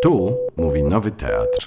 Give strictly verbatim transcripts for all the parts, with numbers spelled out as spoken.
Tu mówi Nowy Teatr.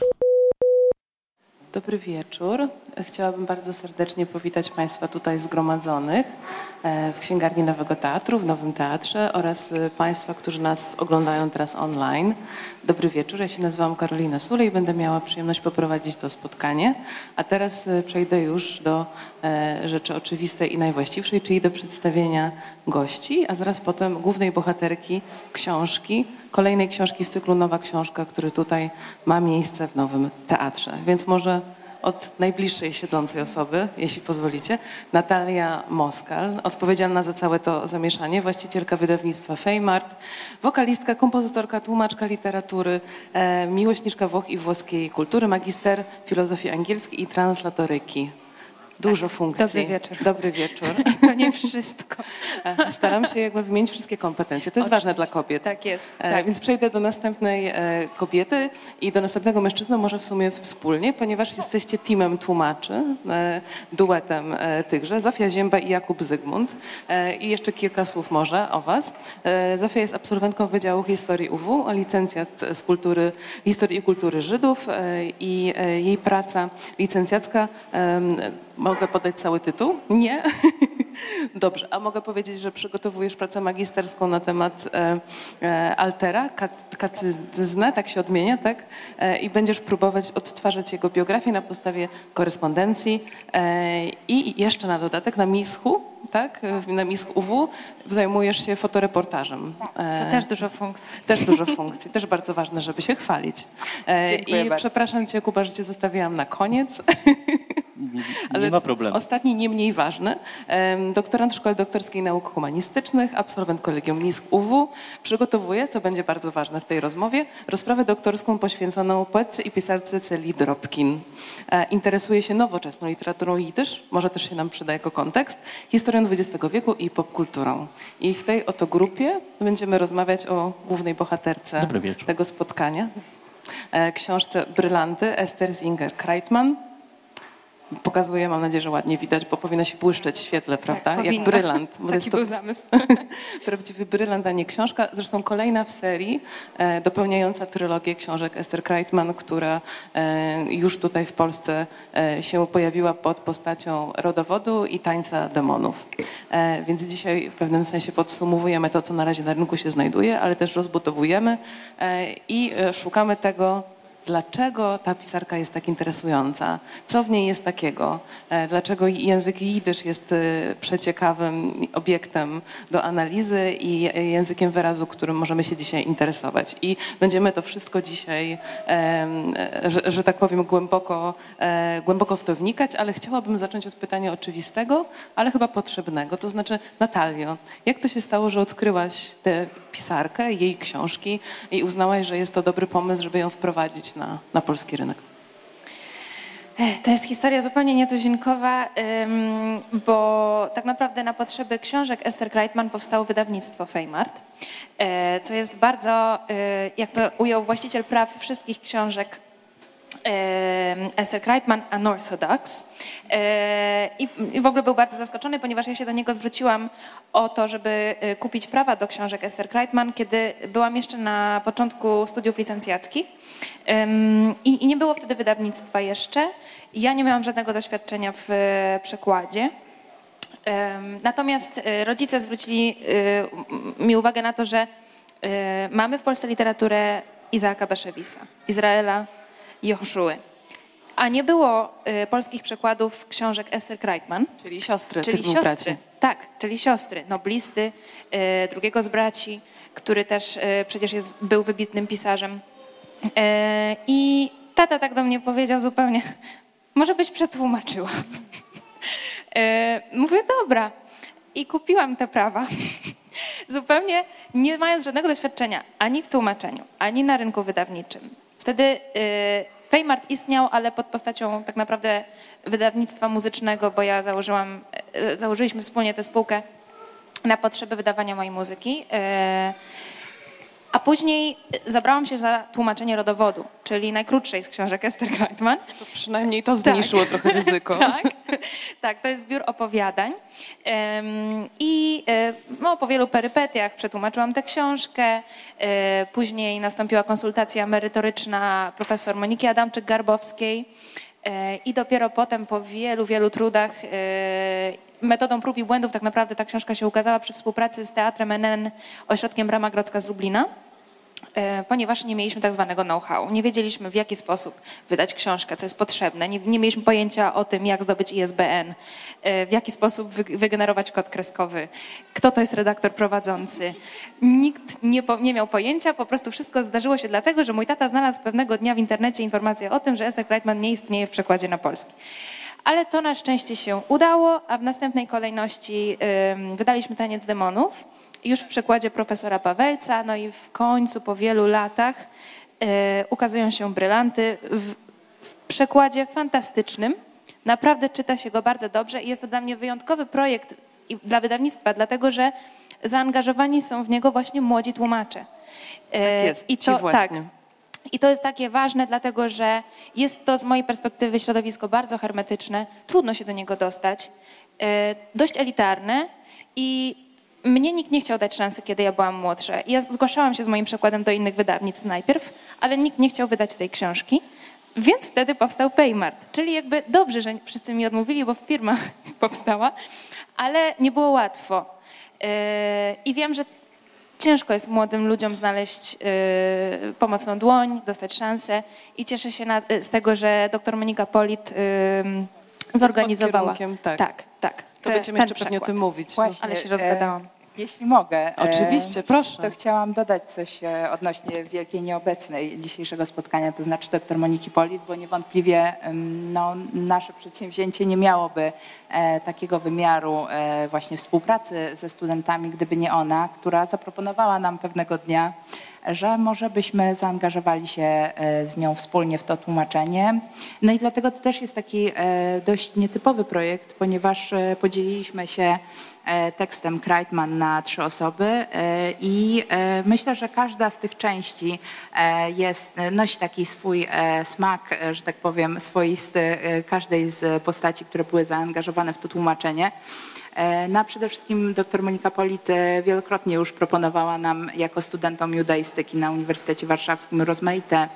Dobry wieczór. Chciałabym bardzo serdecznie powitać Państwa tutaj zgromadzonych w Księgarni Nowego Teatru, w Nowym Teatrze oraz Państwa, którzy nas oglądają teraz online. Dobry wieczór. Ja się nazywam Karolina Sulej i będę miała przyjemność poprowadzić to spotkanie. A teraz przejdę już do rzeczy oczywistej i najwłaściwszej, czyli do przedstawienia gości, a zaraz potem głównej bohaterki książki, kolejnej książki w cyklu Nowa Książka, który tutaj ma miejsce w Nowym Teatrze. Więc może od najbliższej siedzącej osoby, jeśli pozwolicie, Natalia Moskal, odpowiedzialna za całe to zamieszanie, właścicielka wydawnictwa Fejmart, wokalistka, kompozytorka, tłumaczka literatury, e, miłośniczka Włoch i włoskiej kultury, magister filozofii angielskiej i translatoryki. Dużo funkcji. Dobry wieczór. Dobry wieczór. To nie wszystko. Staram się jakby wymienić wszystkie kompetencje. To jest Oczywiście. ważne dla kobiet. Tak jest. E, Tak. Więc przejdę do następnej e, kobiety i do następnego mężczyzny, może w sumie wspólnie, ponieważ jesteście teamem tłumaczy, e, duetem e, tychże. Zofia Zięba i Jakub Zygmunt. E, I jeszcze kilka słów może o was. E, Zofia jest absolwentką Wydziału Historii U W, licencjat z kultury, historii i kultury Żydów e, i e, jej praca licencjacka e, mogę podać cały tytuł? Nie? Dobrze, a mogę powiedzieć, że przygotowujesz pracę magisterską na temat e, e, altera, kat, katyzyznę, tak się odmienia, tak? E, I będziesz próbować odtwarzać jego biografię na podstawie korespondencji e, i jeszcze na dodatek na mischu, tak? Na mischu U W zajmujesz się fotoreportażem. E, To też dużo funkcji. Też dużo funkcji, też bardzo ważne, żeby się chwalić. E, Dziękuję I bardzo. przepraszam cię, Kuba, że cię zostawiłam na koniec. Nie, nie ma problemu. Ostatni, nie mniej ważny. Em, Doktorant Szkoły Doktorskiej Nauk Humanistycznych, absolwent Kolegium M I S U W, przygotowuje, co będzie bardzo ważne w tej rozmowie, rozprawę doktorską poświęconą poetce i pisarce Celi Drobkin. E, Interesuje się nowoczesną literaturą jidysz, może też się nam przyda jako kontekst, historią dwudziestego wieku i popkulturą. I w tej oto grupie będziemy rozmawiać o głównej bohaterce Dobry wieczór. tego spotkania. E, Książce Brylanty Ester Singer-Kreitman. Pokazuję, mam nadzieję, że ładnie widać, bo powinna się błyszczeć w świetle, prawda? Jak powinna. brylant. Bo Taki jest to był zamysł. prawdziwy brylant, a nie książka. Zresztą kolejna w serii, e, dopełniająca trylogię książek Ester Kreitman, która e, już tutaj w Polsce e, się pojawiła pod postacią Rodowodu i Tańca Demonów. E, więc dzisiaj w pewnym sensie podsumowujemy to, co na razie na rynku się znajduje, ale też rozbudowujemy e, i e, szukamy tego, dlaczego ta pisarka jest tak interesująca? Co w niej jest takiego? Dlaczego język jidysz jest przeciekawym obiektem do analizy i językiem wyrazu, którym możemy się dzisiaj interesować? I będziemy to wszystko dzisiaj, że, że tak powiem, głęboko, głęboko w to wnikać, ale chciałabym zacząć od pytania oczywistego, ale chyba potrzebnego. To znaczy, Natalio, jak to się stało, że odkryłaś tę pisarkę, jej książki i uznałaś, że jest to dobry pomysł, żeby ją wprowadzić na, na polski rynek? To jest historia zupełnie nietuzinkowa, ym, bo tak naprawdę na potrzeby książek Ester Kreitman powstało wydawnictwo Fejmart, e, co jest bardzo, e, jak to ujął właściciel praw wszystkich książek Ester Kreitman, Unorthodox. I, I w ogóle był bardzo zaskoczony, ponieważ ja się do niego zwróciłam o to, żeby kupić prawa do książek Ester Kreitman, kiedy byłam jeszcze na początku studiów licencjackich. I, i nie było wtedy wydawnictwa jeszcze. Ja nie miałam żadnego doświadczenia w przekładzie. Natomiast rodzice zwrócili mi uwagę na to, że mamy w Polsce literaturę Izaaka Baszewisa, Izraela Jehoszuły. A nie było y, polskich przekładów książek Ester Kreitman. Czyli siostry, Czyli tych dwóch siostry, braci. tak, czyli siostry, noblisty, y, drugiego z braci, który też y, przecież jest, był wybitnym pisarzem. Y, I tata tak do mnie powiedział zupełnie, może byś przetłumaczyła. y, mówię, dobra. I kupiłam te prawa. Zupełnie nie mając żadnego doświadczenia ani w tłumaczeniu, ani na rynku wydawniczym. Wtedy y, Fejmart istniał, ale pod postacią tak naprawdę wydawnictwa muzycznego, bo ja założyłam, y, założyliśmy wspólnie tę spółkę na potrzeby wydawania mojej muzyki. Y, a później zabrałam się za tłumaczenie Rodowodu, czyli najkrótszej z książek Ester Kreitman. To przynajmniej to zmniejszyło tak. trochę ryzyko. Tak. Tak, to jest zbiór opowiadań. Ym, I y, no, po wielu perypetiach przetłumaczyłam tę książkę. Y, później nastąpiła konsultacja merytoryczna profesor Moniki Adamczyk-Garbowskiej. Y, I dopiero potem po wielu, wielu trudach y, metodą prób i błędów tak naprawdę ta książka się ukazała przy współpracy z Teatrem N N, Ośrodkiem Brama Grodzka z Lublina, ponieważ nie mieliśmy tak zwanego know-how. Nie wiedzieliśmy, w jaki sposób wydać książkę, co jest potrzebne. Nie, nie mieliśmy pojęcia o tym, jak zdobyć I S B N, w jaki sposób wy, wygenerować kod kreskowy, kto to jest redaktor prowadzący. Nikt nie, po, nie miał pojęcia, po prostu wszystko zdarzyło się dlatego, że mój tata znalazł pewnego dnia w internecie informację o tym, że Esther Kreitman nie istnieje w przekładzie na polski. Ale to na szczęście się udało, a w następnej kolejności ym, wydaliśmy Taniec demonów, już w przekładzie profesora Pawelca, no i w końcu po wielu latach y, ukazują się Brylanty w, w przekładzie fantastycznym. Naprawdę czyta się go bardzo dobrze i jest to dla mnie wyjątkowy projekt i dla wydawnictwa, dlatego że zaangażowani są w niego właśnie młodzi tłumacze. Y, tak jest, i ci to, właśnie. Tak, I to jest takie ważne, dlatego że jest to z mojej perspektywy środowisko bardzo hermetyczne, trudno się do niego dostać, y, dość elitarne i mnie nikt nie chciał dać szansy, kiedy ja byłam młodsza. Ja zgłaszałam się z moim przekładem do innych wydawnictw najpierw, ale nikt nie chciał wydać tej książki, więc wtedy powstał Feimart. Czyli jakby dobrze, że wszyscy mi odmówili, bo firma powstała, ale nie było łatwo. Yy, I wiem, że ciężko jest młodym ludziom znaleźć yy, pomocną dłoń, dostać szansę i cieszę się na, z tego, że doktor Monika Polit yy, zorganizowała. Tak, tak. tak. To będziemy jeszcze pewnie o tym mówić. Właśnie, Ale się rozgadałam. E, jeśli mogę. Oczywiście, proszę. To chciałam dodać coś e, odnośnie wielkiej nieobecnej dzisiejszego spotkania, to znaczy doktor Moniki Polit, bo niewątpliwie no, nasze przedsięwzięcie nie miałoby e, takiego wymiaru e, właśnie współpracy ze studentami, gdyby nie ona, która zaproponowała nam pewnego dnia, że może byśmy zaangażowali się z nią wspólnie w to tłumaczenie. No i dlatego to też jest taki dość nietypowy projekt, ponieważ podzieliliśmy się tekstem Kreitman na trzy osoby i myślę, że każda z tych części jest, nosi taki swój smak, że tak powiem, swoisty każdej z postaci, które były zaangażowane w to tłumaczenie. No, przede wszystkim dr Monika Polit wielokrotnie już proponowała nam jako studentom judaistyki na Uniwersytecie Warszawskim rozmaite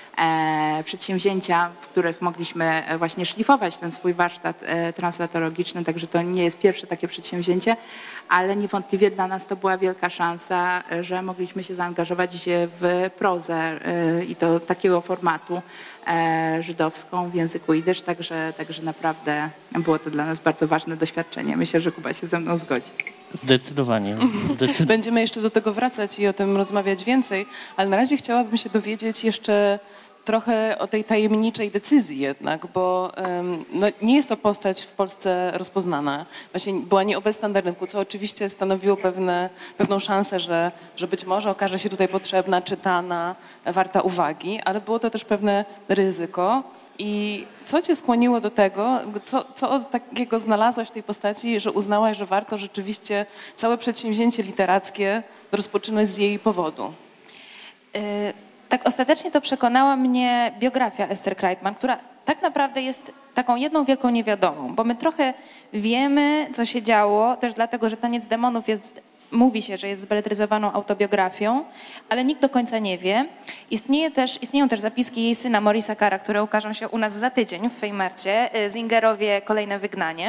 e, przedsięwzięcia, w których mogliśmy właśnie szlifować ten swój warsztat e, translatorologiczny, także to nie jest pierwsze takie przedsięwzięcie, ale niewątpliwie dla nas to była wielka szansa, że mogliśmy się zaangażować w prozę e, i to takiego formatu e, żydowską w języku jidysz, także, także naprawdę było to dla nas bardzo ważne doświadczenie. Myślę, że Kuba się ze mną zgodzi. Zdecydowanie. Zdecyd... Będziemy jeszcze do tego wracać i o tym rozmawiać więcej, ale na razie chciałabym się dowiedzieć jeszcze trochę o tej tajemniczej decyzji jednak, bo um, no, nie jest to postać w Polsce rozpoznana. Właśnie była nieobecna na rynku, co oczywiście stanowiło pewne, pewną szansę, że, że być może okaże się tutaj potrzebna, czytana, warta uwagi, ale było to też pewne ryzyko. I co cię skłoniło do tego, co, co takiego znalazłaś w tej postaci, że uznałaś, że warto rzeczywiście całe przedsięwzięcie literackie rozpoczynać z jej powodu? Yy, tak ostatecznie to przekonała mnie biografia Esther Kreitman, która tak naprawdę jest taką jedną wielką niewiadomą, bo my trochę wiemy, co się działo, też dlatego, że Taniec demonów jest, mówi się, że jest zbeletryzowaną autobiografią, ale nikt do końca nie wie. Istnieje też, istnieją też zapiski jej syna Maurice'a Carra, które ukażą się u nas za tydzień w Feimarcie, Zingerowie Kolejne wygnanie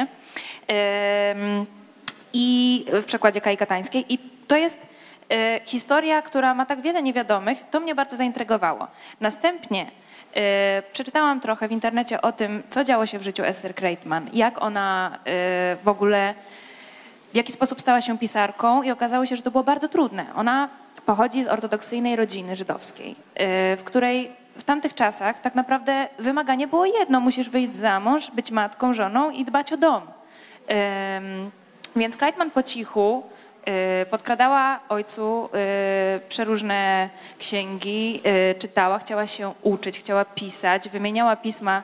i w przekładzie Kai Katańskiej. I to jest historia, która ma tak wiele niewiadomych, to mnie bardzo zaintrygowało. Następnie y, przeczytałam trochę w internecie o tym, co działo się w życiu Esther Kreitman, jak ona y, w ogóle, w jaki sposób stała się pisarką i okazało się, że to było bardzo trudne. Ona pochodzi z ortodoksyjnej rodziny żydowskiej, y, w której w tamtych czasach tak naprawdę wymaganie było jedno, musisz wyjść za mąż, być matką, żoną i dbać o dom. Y, więc Kreitman po cichu podkradała ojcu przeróżne księgi, czytała, chciała się uczyć, chciała pisać, wymieniała pisma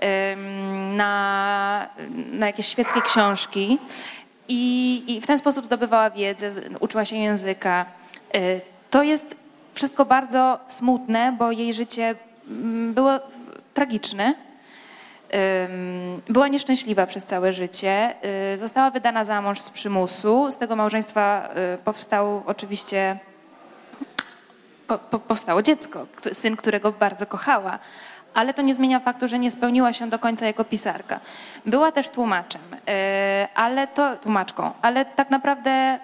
na, na jakieś świeckie książki i, i w ten sposób zdobywała wiedzę, uczyła się języka. To jest wszystko bardzo smutne, bo jej życie było tragiczne. Była nieszczęśliwa przez całe życie. Została wydana za mąż z przymusu. Z tego małżeństwa powstał oczywiście po, po, powstało dziecko, syn, którego bardzo kochała. Ale to nie zmienia faktu, że nie spełniła się do końca jako pisarka. Była też tłumaczem, ale to tłumaczką, ale tak naprawdę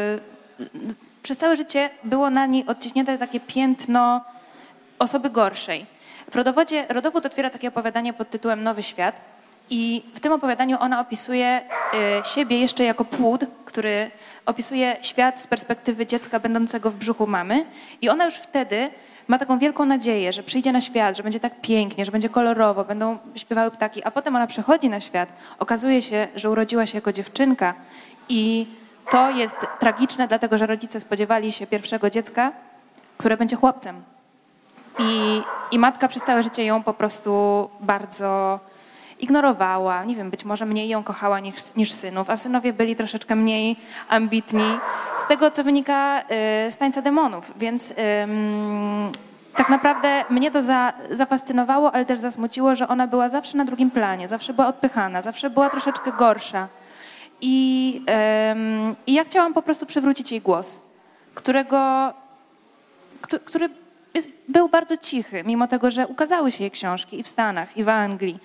przez całe życie było na niej odciśnięte takie piętno osoby gorszej. W rodowodzie, rodowód otwiera takie opowiadanie pod tytułem Nowy Świat i w tym opowiadaniu ona opisuje siebie jeszcze jako płód, który opisuje świat z perspektywy dziecka będącego w brzuchu mamy i ona już wtedy ma taką wielką nadzieję, że przyjdzie na świat, że będzie tak pięknie, że będzie kolorowo, będą śpiewały ptaki, a potem ona przychodzi na świat, okazuje się, że urodziła się jako dziewczynka i to jest tragiczne, dlatego że rodzice spodziewali się pierwszego dziecka, które będzie chłopcem. I, i matka przez całe życie ją po prostu bardzo ignorowała. Nie wiem, być może mniej ją kochała niż, niż synów, a synowie byli troszeczkę mniej ambitni z tego, co wynika y, z Tańca Demonów. Więc ym, tak naprawdę mnie to za, zafascynowało, ale też zasmuciło, że ona była zawsze na drugim planie, zawsze była odpychana, zawsze była troszeczkę gorsza. I, ym, i ja chciałam po prostu przywrócić jej głos, którego, który, który jest, był bardzo cichy, mimo tego, że ukazały się jej książki i w Stanach, i w Anglii,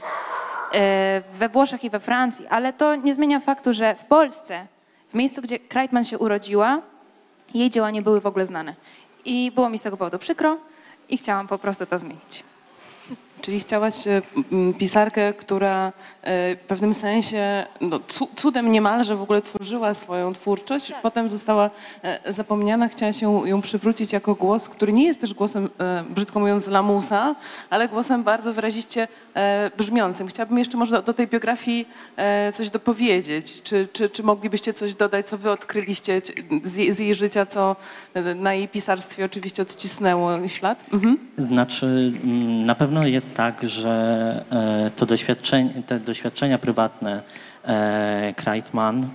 we Włoszech i we Francji, ale to nie zmienia faktu, że w Polsce, w miejscu, gdzie Kreitman się urodziła, jej dzieła nie były w ogóle znane. I było mi z tego powodu przykro i chciałam po prostu to zmienić. Czyli chciałaś pisarkę, która w pewnym sensie no, cudem niemalże w ogóle tworzyła swoją twórczość, tak. Potem została zapomniana, chciała się ją przywrócić jako głos, który nie jest też głosem, brzydko mówiąc, lamusa, ale głosem bardzo wyraziście brzmiącym. Chciałabym jeszcze może do, do tej biografii coś dopowiedzieć. Czy, czy, czy moglibyście coś dodać, co wy odkryliście z jej, z jej życia, co na jej pisarstwie oczywiście odcisnęło ślad? Mhm. Znaczy, na pewno jest tak, że to doświadczenie, te doświadczenia prywatne Kreitman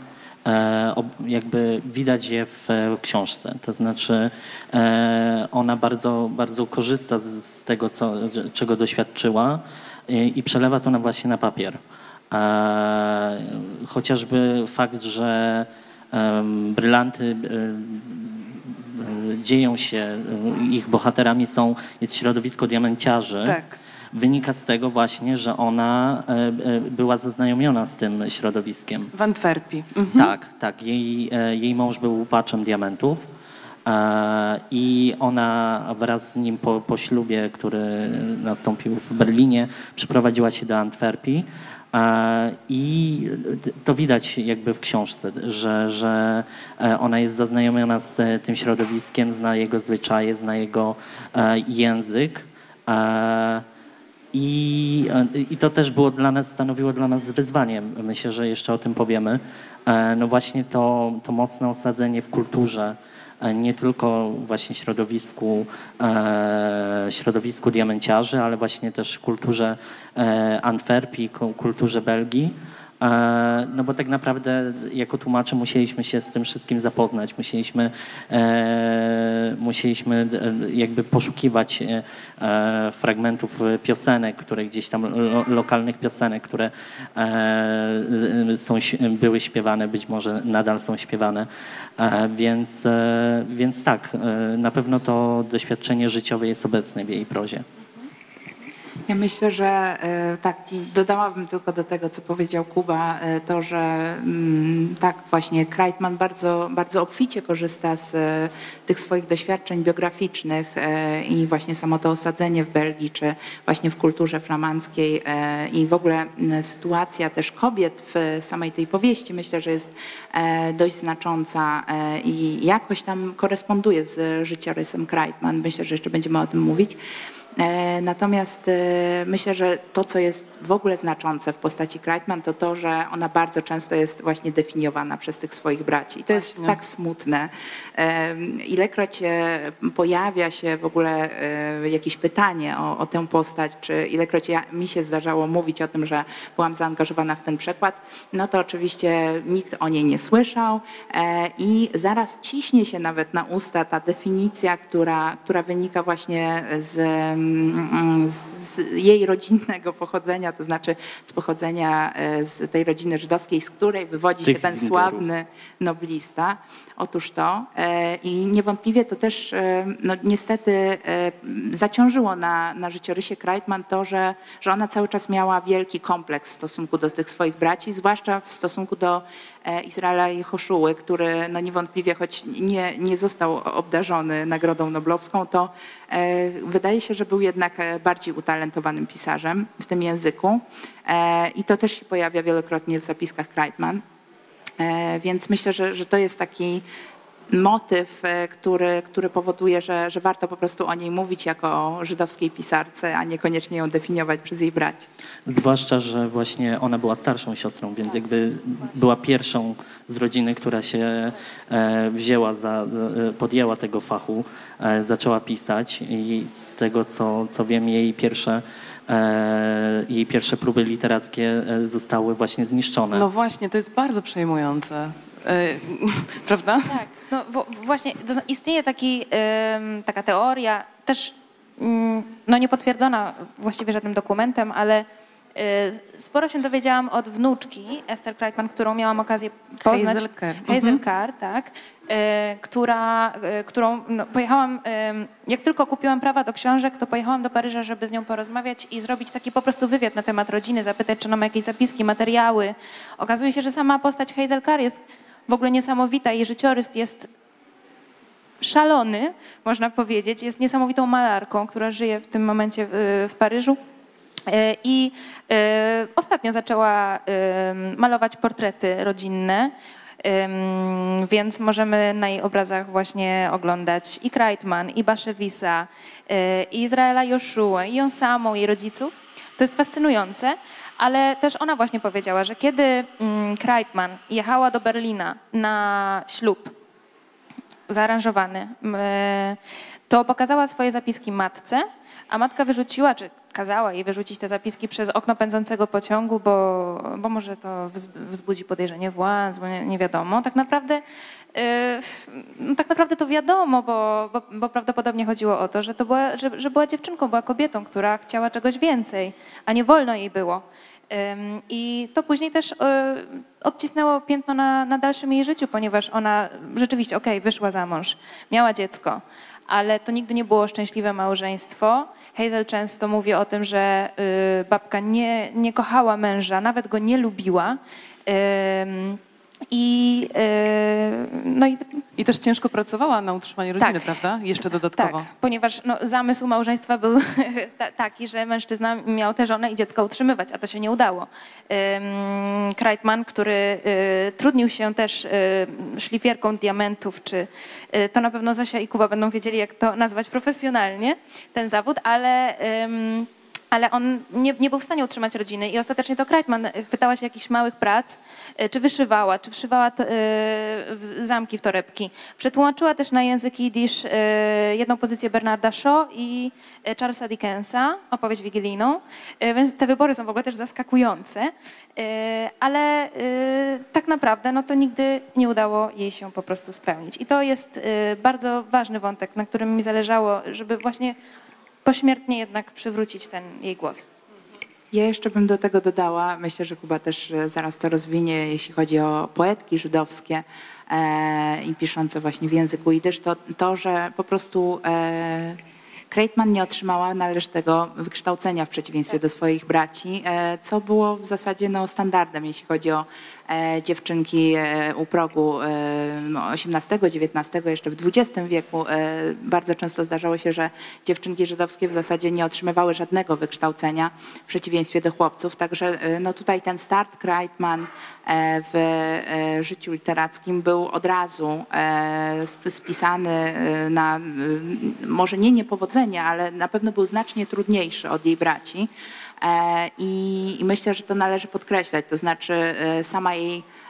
jakby widać je w książce. To znaczy ona bardzo, bardzo korzysta z tego, co, czego doświadczyła i przelewa to na właśnie na papier. Chociażby fakt, że brylanty dzieją się, ich bohaterami są, jest środowisko diamenciarzy. Tak. Wynika z tego właśnie, że ona była zaznajomiona z tym środowiskiem. W Antwerpii. Mhm. Tak, tak. Jej, jej mąż był łupaczem diamentów i ona wraz z nim po, po ślubie, który nastąpił w Berlinie, przyprowadziła się do Antwerpii. I to widać jakby w książce, że, że ona jest zaznajomiona z tym środowiskiem, zna jego zwyczaje, zna jego język. I, I to też było dla nas, stanowiło dla nas wyzwanie. Myślę, że jeszcze o tym powiemy. No właśnie to, to mocne osadzenie w kulturze, nie tylko właśnie środowisku, e, środowisku diamenciarzy, ale właśnie też w kulturze e, Antwerpii, kulturze Belgii. E, no bo tak naprawdę jako tłumacze musieliśmy się z tym wszystkim zapoznać, musieliśmy, e, musieliśmy jakby poszukiwać e, fragmentów piosenek, które gdzieś tam, lo, lokalnych piosenek, które e, są, były śpiewane, być może nadal są śpiewane. E, więc, e, więc tak, e, na pewno to doświadczenie życiowe jest obecne w jej prozie. Ja myślę, że tak, dodałabym tylko do tego, co powiedział Kuba, to, że tak właśnie Kreitman bardzo, bardzo obficie korzysta z tych swoich doświadczeń biograficznych i właśnie samo to osadzenie w Belgii, czy właśnie w kulturze flamandzkiej i w ogóle sytuacja też kobiet w samej tej powieści, myślę, że jest dość znacząca i jakoś tam koresponduje z życiorysem Kreitman. Myślę, że jeszcze będziemy o tym mówić. Natomiast myślę, że to, co jest w ogóle znaczące w postaci Kreitman, to to, że ona bardzo często jest właśnie definiowana przez tych swoich braci. I to jest tak smutne. Ilekroć pojawia się w ogóle jakieś pytanie o, o tę postać, czy ilekroć ja, mi się zdarzało mówić o tym, że byłam zaangażowana w ten przekład, no to oczywiście nikt o niej nie słyszał i zaraz ciśnie się nawet na usta ta definicja, która, która wynika właśnie z z, z jej rodzinnego pochodzenia, to znaczy z pochodzenia z tej rodziny żydowskiej, z której wywodzi się ten sławny noblista. Otóż to i niewątpliwie to też no, niestety zaciążyło na, na życiorysie Kreitman to, że, że ona cały czas miała wielki kompleks w stosunku do tych swoich braci, zwłaszcza w stosunku do Izraela Jehoszuły, który no, niewątpliwie, choć nie, nie został obdarzony Nagrodą Noblowską, to e, wydaje się, że był jednak bardziej utalentowanym pisarzem w tym języku e, i to też się pojawia wielokrotnie w zapiskach Kreitman. E, więc myślę, że, że to jest taki motyw, który, który powoduje, że, że warto po prostu o niej mówić jako o żydowskiej pisarce, a niekoniecznie ją definiować przez jej braci. Zwłaszcza, że właśnie ona była starszą siostrą, więc jakby była pierwszą z rodziny, która się wzięła, za, podjęła tego fachu, zaczęła pisać i z tego, co, co wiem, jej pierwsze jej pierwsze próby literackie zostały właśnie zniszczone. No właśnie, to jest bardzo przejmujące. Prawda? Tak, no właśnie istnieje taki, taka teoria, też no niepotwierdzona właściwie żadnym dokumentem, ale sporo się dowiedziałam od wnuczki Esther Kreitman, którą miałam okazję poznać. Hazel Kerr. Hazel Kerr, tak. Która, którą no, pojechałam, jak tylko kupiłam prawa do książek, to pojechałam do Paryża, żeby z nią porozmawiać i zrobić taki po prostu wywiad na temat rodziny, zapytać, czy ona ma jakieś zapiski, materiały. Okazuje się, że sama postać Hazel Kerr jest w ogóle niesamowita. Jej życiorys jest szalony, można powiedzieć. Jest niesamowitą malarką, która żyje w tym momencie w, w Paryżu. I y, ostatnio zaczęła y, malować portrety rodzinne, y, więc możemy na jej obrazach właśnie oglądać i Kreitman, i Baszewisa, y, i Izraela Joszułę, i ją samą, jej rodziców. To jest fascynujące, ale też ona właśnie powiedziała, że kiedy y, Kreitman jechała do Berlina na ślub zaaranżowany, y, to pokazała swoje zapiski matce, a matka wyrzuciła, czy kazała jej wyrzucić te zapiski przez okno pędzącego pociągu, bo, bo może to wzbudzi podejrzenie władz, bo nie, nie wiadomo. Tak naprawdę, yy, no tak naprawdę to wiadomo, bo, bo, bo prawdopodobnie chodziło o to, że, to była, że, że była dziewczynką, była kobietą, która chciała czegoś więcej, a nie wolno jej było. Yy, I to później też yy, odcisnęło piętno na, na dalszym jej życiu, ponieważ ona rzeczywiście, okej, okay, wyszła za mąż, miała dziecko, ale to nigdy nie było szczęśliwe małżeństwo. Hazel często mówi o tym, że y, babka nie, nie kochała męża, nawet go nie lubiła. Y, i, y, no i, I też ciężko pracowała na utrzymanie rodziny, tak, prawda? Jeszcze dodatkowo. Tak, ponieważ no, zamysł małżeństwa był taki, że mężczyzna miał tę żonę i dziecko utrzymywać, a to się nie udało. Um, Kreitman, który y, trudnił się też y, szlifierką diamentów, czy y, to na pewno Zosia i Kuba będą wiedzieli, jak to nazwać profesjonalnie, ten zawód, ale... Um, Ale on nie, nie był w stanie utrzymać rodziny i ostatecznie to Kreitman chwytała się jakichś małych prac, czy wyszywała, czy wszywała to, y, zamki w torebki. Przetłumaczyła też na język jidysz y, jedną pozycję Bernarda Shaw i Charlesa Dickensa, opowieść wigilijną, y, więc te wybory są w ogóle też zaskakujące, y, ale y, tak naprawdę no to nigdy nie udało jej się po prostu spełnić. I to jest y, bardzo ważny wątek, na którym mi zależało, żeby właśnie pośmiertnie jednak przywrócić ten jej głos. Ja jeszcze bym do tego dodała, myślę, że Kuba też zaraz to rozwinie, jeśli chodzi o poetki żydowskie e, i piszące właśnie w języku jidysz, to, to że po prostu e, Kreitman nie otrzymała należytego wykształcenia w przeciwieństwie do swoich braci, e, co było w zasadzie no, standardem, jeśli chodzi o e, dziewczynki e, u progu e, osiemnastego, dziewiętnastego, jeszcze w dwudziestym wieku. E, bardzo często zdarzało się, że dziewczynki żydowskie w zasadzie nie otrzymywały żadnego wykształcenia w przeciwieństwie do chłopców. Także e, no, tutaj ten start Kreitman e, w e, życiu literackim był od razu e, spisany e, na e, może nie niepowodzenie, ale na pewno był znacznie trudniejszy od jej braci. I myślę, że to należy podkreślać, to znaczy sama jej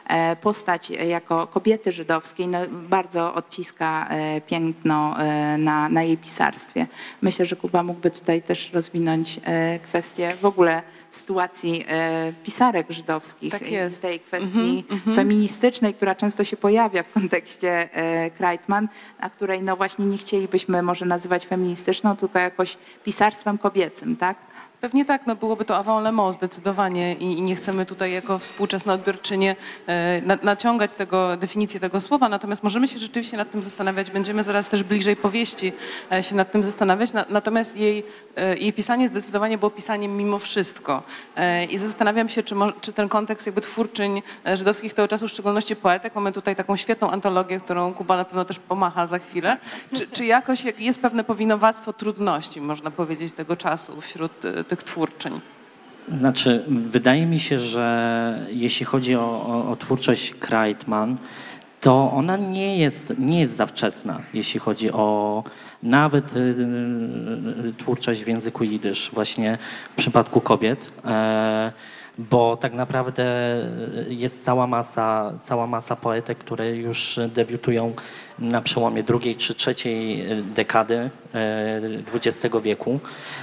postać jako kobiety żydowskiej no, bardzo odciska piętno na, na jej pisarstwie. Myślę, że Kuba mógłby tutaj też rozwinąć kwestię w ogóle sytuacji pisarek żydowskich, tak jest. tej kwestii mm-hmm, feministycznej, która często się pojawia w kontekście Kreitman, a której no właśnie nie chcielibyśmy może nazywać feministyczną, tylko jakoś pisarstwem kobiecym, tak? Pewnie tak, no byłoby to avant le mot zdecydowanie i, i nie chcemy tutaj jako współczesne odbiorczynie e, na, naciągać tego, definicję tego słowa, natomiast możemy się rzeczywiście nad tym zastanawiać, będziemy zaraz też bliżej powieści e, się nad tym zastanawiać, na, natomiast jej, e, jej pisanie zdecydowanie było pisaniem mimo wszystko e, i zastanawiam się, czy, mo, czy ten kontekst jakby twórczyń żydowskich tego czasu, w szczególności poetek, mamy tutaj taką świetną antologię, którą Kuba na pewno też pomacha za chwilę, czy, czy jakoś jest pewne powinowactwo trudności, można powiedzieć, tego czasu wśród tych twórczyń? Znaczy, wydaje mi się, że jeśli chodzi o, o, o twórczość Kreitman, to ona nie jest, nie jest za wczesna, jeśli chodzi o nawet y, y, twórczość w języku jidysz, właśnie w przypadku kobiet, e, bo tak naprawdę jest cała masa, cała masa poetek, które już debiutują na przełomie drugiej czy trzeciej dekady dwudziestego wieku.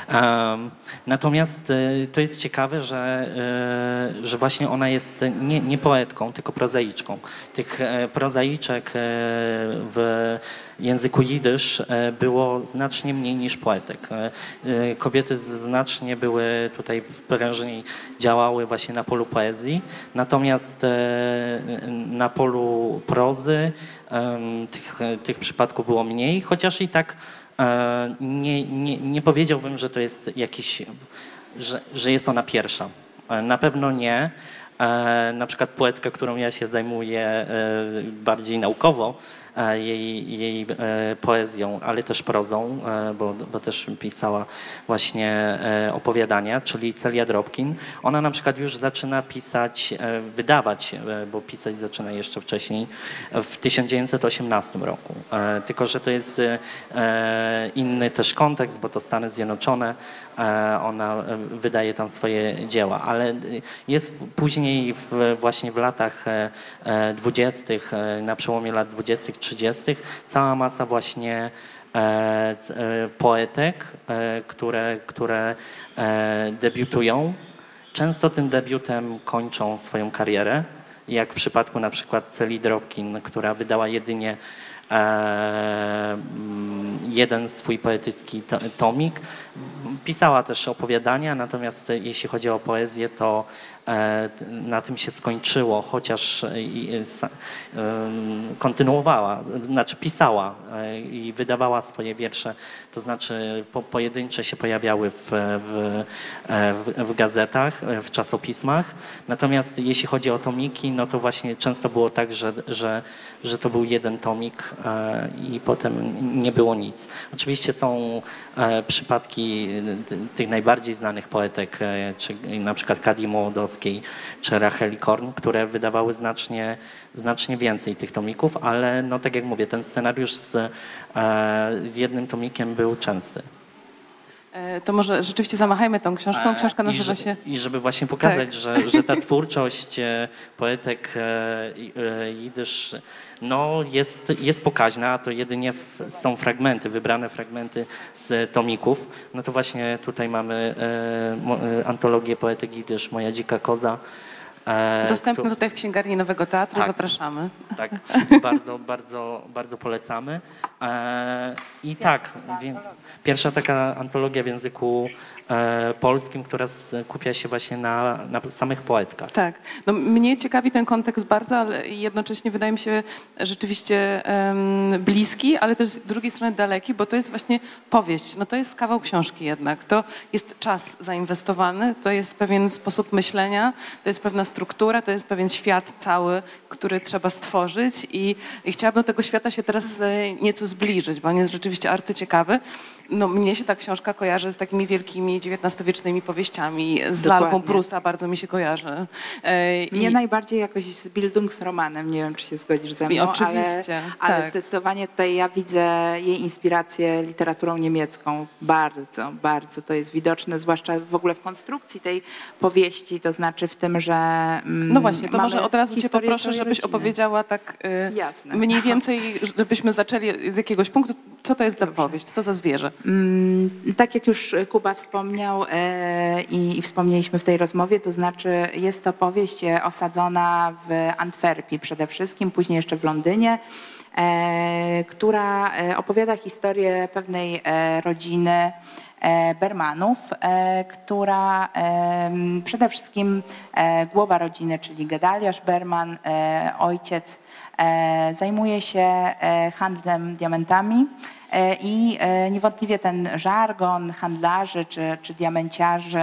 Natomiast to jest ciekawe, że, że właśnie ona jest nie, nie poetką, tylko prozaiczką. Tych prozaiczek w języku jidysz było znacznie mniej niż poetek. Kobiety znacznie były tutaj prężniej działały właśnie na polu poezji, natomiast na polu prozy tych, tych przypadków było mniej, chociaż i tak nie, nie, nie powiedziałbym, że to jest jakiś, że, że jest ona pierwsza. Na pewno nie. Na przykład poetka, którą ja się zajmuję bardziej naukowo, jej, jej poezją, ale też prozą, bo, bo też pisała właśnie opowiadania, czyli Celia Drobkin. Ona na przykład już zaczyna pisać, wydawać, bo pisać zaczyna jeszcze wcześniej, w tysiąc dziewięćset osiemnastym roku. Tylko że to jest inny też kontekst, bo to Stany Zjednoczone, ona wydaje tam swoje dzieła, ale jest później w, właśnie w latach dwudziestych, na przełomie lat dwudziestych, trzydziestych cała masa właśnie e, e, poetek, e, które, które e, debiutują. Często tym debiutem kończą swoją karierę, jak w przypadku na przykład Celi Drobkin, która wydała jedynie e, jeden swój poetycki to, tomik. Pisała też opowiadania, natomiast jeśli chodzi o poezję, to na tym się skończyło, chociaż kontynuowała, znaczy pisała i wydawała swoje wiersze, to znaczy po, pojedyncze się pojawiały w, w, w, w gazetach, w czasopismach. Natomiast jeśli chodzi o tomiki, no to właśnie często było tak, że, że, że to był jeden tomik i potem nie było nic. Oczywiście są przypadki tych najbardziej znanych poetek, czy na przykład Kadii Mołodowskiej, czy Racheli Korn, które wydawały znacznie, znacznie więcej tych tomików, ale no tak jak mówię, ten scenariusz z, z jednym tomikiem był częsty. To może rzeczywiście zamachajmy tą książką. Książka nazywa I, się... I żeby właśnie pokazać, tak. że, że ta twórczość poetek jidysz no jest, jest pokaźna, a to jedynie w, są fragmenty, wybrane fragmenty z tomików. No to właśnie tutaj mamy e, antologię poetek jidysz, Moja dzika koza. E, Dostępny to, tutaj w Księgarni Nowego Teatru, tak, zapraszamy. Tak, bardzo, bardzo, bardzo polecamy. E, I tak, więc pierwsza taka antologia w języku e, polskim, która skupia się właśnie na, na samych poetkach. Tak. No, mnie ciekawi ten kontekst bardzo, ale jednocześnie wydaje mi się rzeczywiście um, bliski, ale też z drugiej strony daleki, bo to jest właśnie powieść. No to jest kawał książki jednak. To jest czas zainwestowany, to jest pewien sposób myślenia, to jest pewna struktura, to jest pewien świat cały, który trzeba stworzyć i, i chciałabym do tego świata się teraz e, nieco zbliżyć, bo on jest rzeczywiście arcyciekawy. No, mnie się ta książka kojarzy z takimi wielkimi dziewiętnastowiecznymi powieściami, z Dokładnie. Lalką Prusa bardzo mi się kojarzy. E, Mnie i... najbardziej jakoś z Bildungsromanem, nie wiem, czy się zgodzisz ze mną, I oczywiście, ale, ale tak. zdecydowanie tutaj ja widzę jej inspirację literaturą niemiecką. Bardzo, bardzo to jest widoczne, zwłaszcza w ogóle w konstrukcji tej powieści, to znaczy w tym, że mm, No właśnie, to mamy może od razu cię historię poproszę, całej żebyś rodziny. opowiedziała tak y, Jasne. mniej więcej, żebyśmy zaczęli z jakiegoś punktu. Co to jest za powieść? Co to za zwierzę? Mm, Tak jak już Kuba wspomniał e, i, i wspomnieliśmy w tej rozmowie, to znaczy jest to powieść e, osadzona w Antwerpii przede wszystkim, później jeszcze w Londynie, e, która e, opowiada historię pewnej e, rodziny e, Bermanów, e, która e, przede wszystkim e, głowa rodziny, czyli Gedaliasz Berman, e, ojciec, e, zajmuje się e, handlem diamentami. I niewątpliwie ten żargon handlarzy czy, czy diamenciarzy,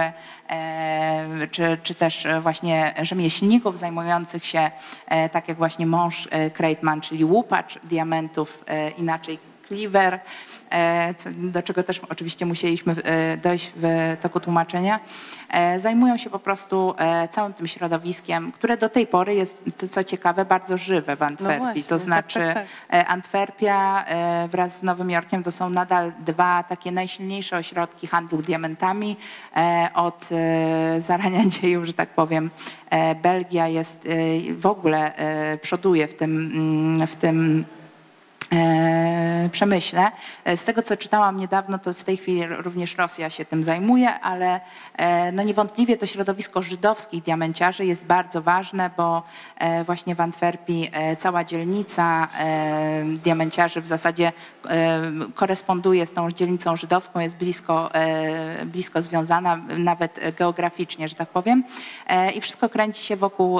czy, czy też właśnie rzemieślników zajmujących się, tak jak właśnie mąż Kreitman, czyli łupacz diamentów, inaczej cleaver, do czego też oczywiście musieliśmy dojść w toku tłumaczenia, zajmują się po prostu całym tym środowiskiem, które do tej pory jest, co ciekawe, bardzo żywe w Antwerpii. No właśnie, to znaczy tak, tak, tak. Antwerpia wraz z Nowym Jorkiem to są nadal dwa takie najsilniejsze ośrodki handlu diamentami. Od zarania dziejów, że tak powiem, Belgia jest w ogóle przoduje w tym, w tym przemyśle. Z tego, co czytałam niedawno, to w tej chwili również Rosja się tym zajmuje, ale no niewątpliwie to środowisko żydowskich diamenciarzy jest bardzo ważne, bo właśnie w Antwerpii cała dzielnica diamenciarzy w zasadzie koresponduje z tą dzielnicą żydowską, jest blisko, blisko związana, nawet geograficznie, że tak powiem. I wszystko kręci się wokół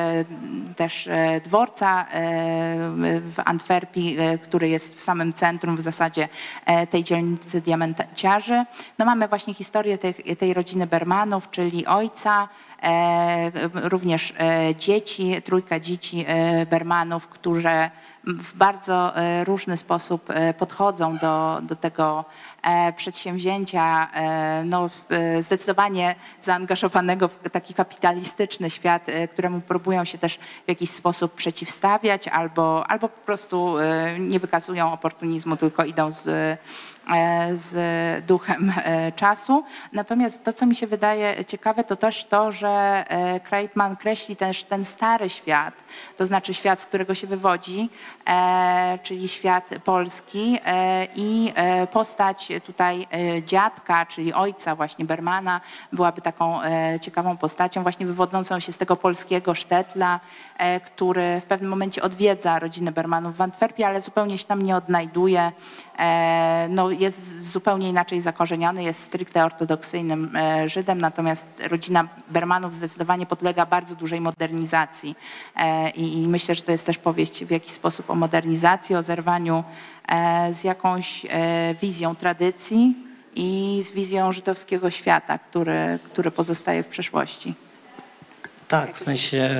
też dworca w Antwerpii, który jest w samym centrum w zasadzie tej dzielnicy diamenciarzy. No mamy właśnie historię tej, tej rodziny Bermanów, czyli ojca, e, również e, dzieci, trójka dzieci e, Bermanów, które w bardzo e, różny sposób e, podchodzą do, do tego e, przedsięwzięcia, e, no, e, zdecydowanie zaangażowanego w taki kapitalistyczny świat, e, któremu próbują się też w jakiś sposób przeciwstawiać albo, albo po prostu e, nie wykazują oportunizmu, tylko idą z, e, z duchem e, czasu. Natomiast to, co mi się wydaje ciekawe, to też to, że e, Kreitman kreśli też ten stary świat, to znaczy świat, z którego się wywodzi, e, czyli świat polski e, i e, postać tutaj e, dziadka, czyli ojca właśnie Bermana byłaby taką e, ciekawą postacią, właśnie wywodzącą się z tego polskiego sztetla, e, który w pewnym momencie odwiedza rodzinę Bermanów w Antwerpii, ale zupełnie się tam nie odnajduje. E, no, jest zupełnie inaczej zakorzeniony, jest stricte ortodoksyjnym e, Żydem, natomiast rodzina Bermanów zdecydowanie podlega bardzo dużej modernizacji e, i, i myślę, że to jest też powieść w jakiś sposób o modernizacji, o zerwaniu e, z jakąś e, wizją tradycji i z wizją żydowskiego świata, który, który pozostaje w przeszłości. Tak, w sensie,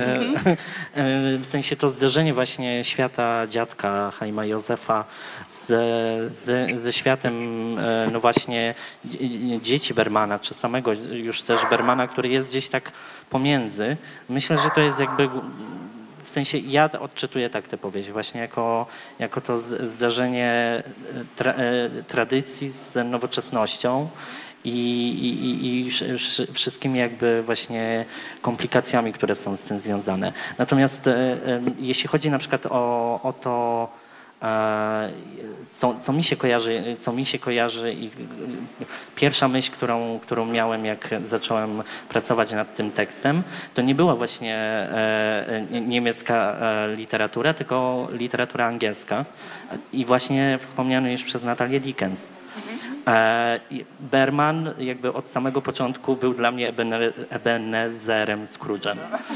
w sensie to zderzenie właśnie świata dziadka Chaima Józefa z, z, ze światem no właśnie dzieci Bermana, czy samego już też Bermana, który jest gdzieś tak pomiędzy. Myślę, że to jest jakby, w sensie ja odczytuję tak tę powieść właśnie jako, jako to zderzenie tra, tradycji z nowoczesnością. I, i, i wszystkimi jakby właśnie komplikacjami, które są z tym związane. Natomiast e, e, jeśli chodzi na przykład o, o to, e, co, co mi się kojarzy, co mi się kojarzy i pierwsza myśl, którą, którą miałem, jak zacząłem pracować nad tym tekstem, to nie była właśnie e, niemiecka e, literatura, tylko literatura angielska i właśnie wspomniany już przez Natalię Dickens. Berman jakby od samego początku był dla mnie Ebenezerem Scrooge'em.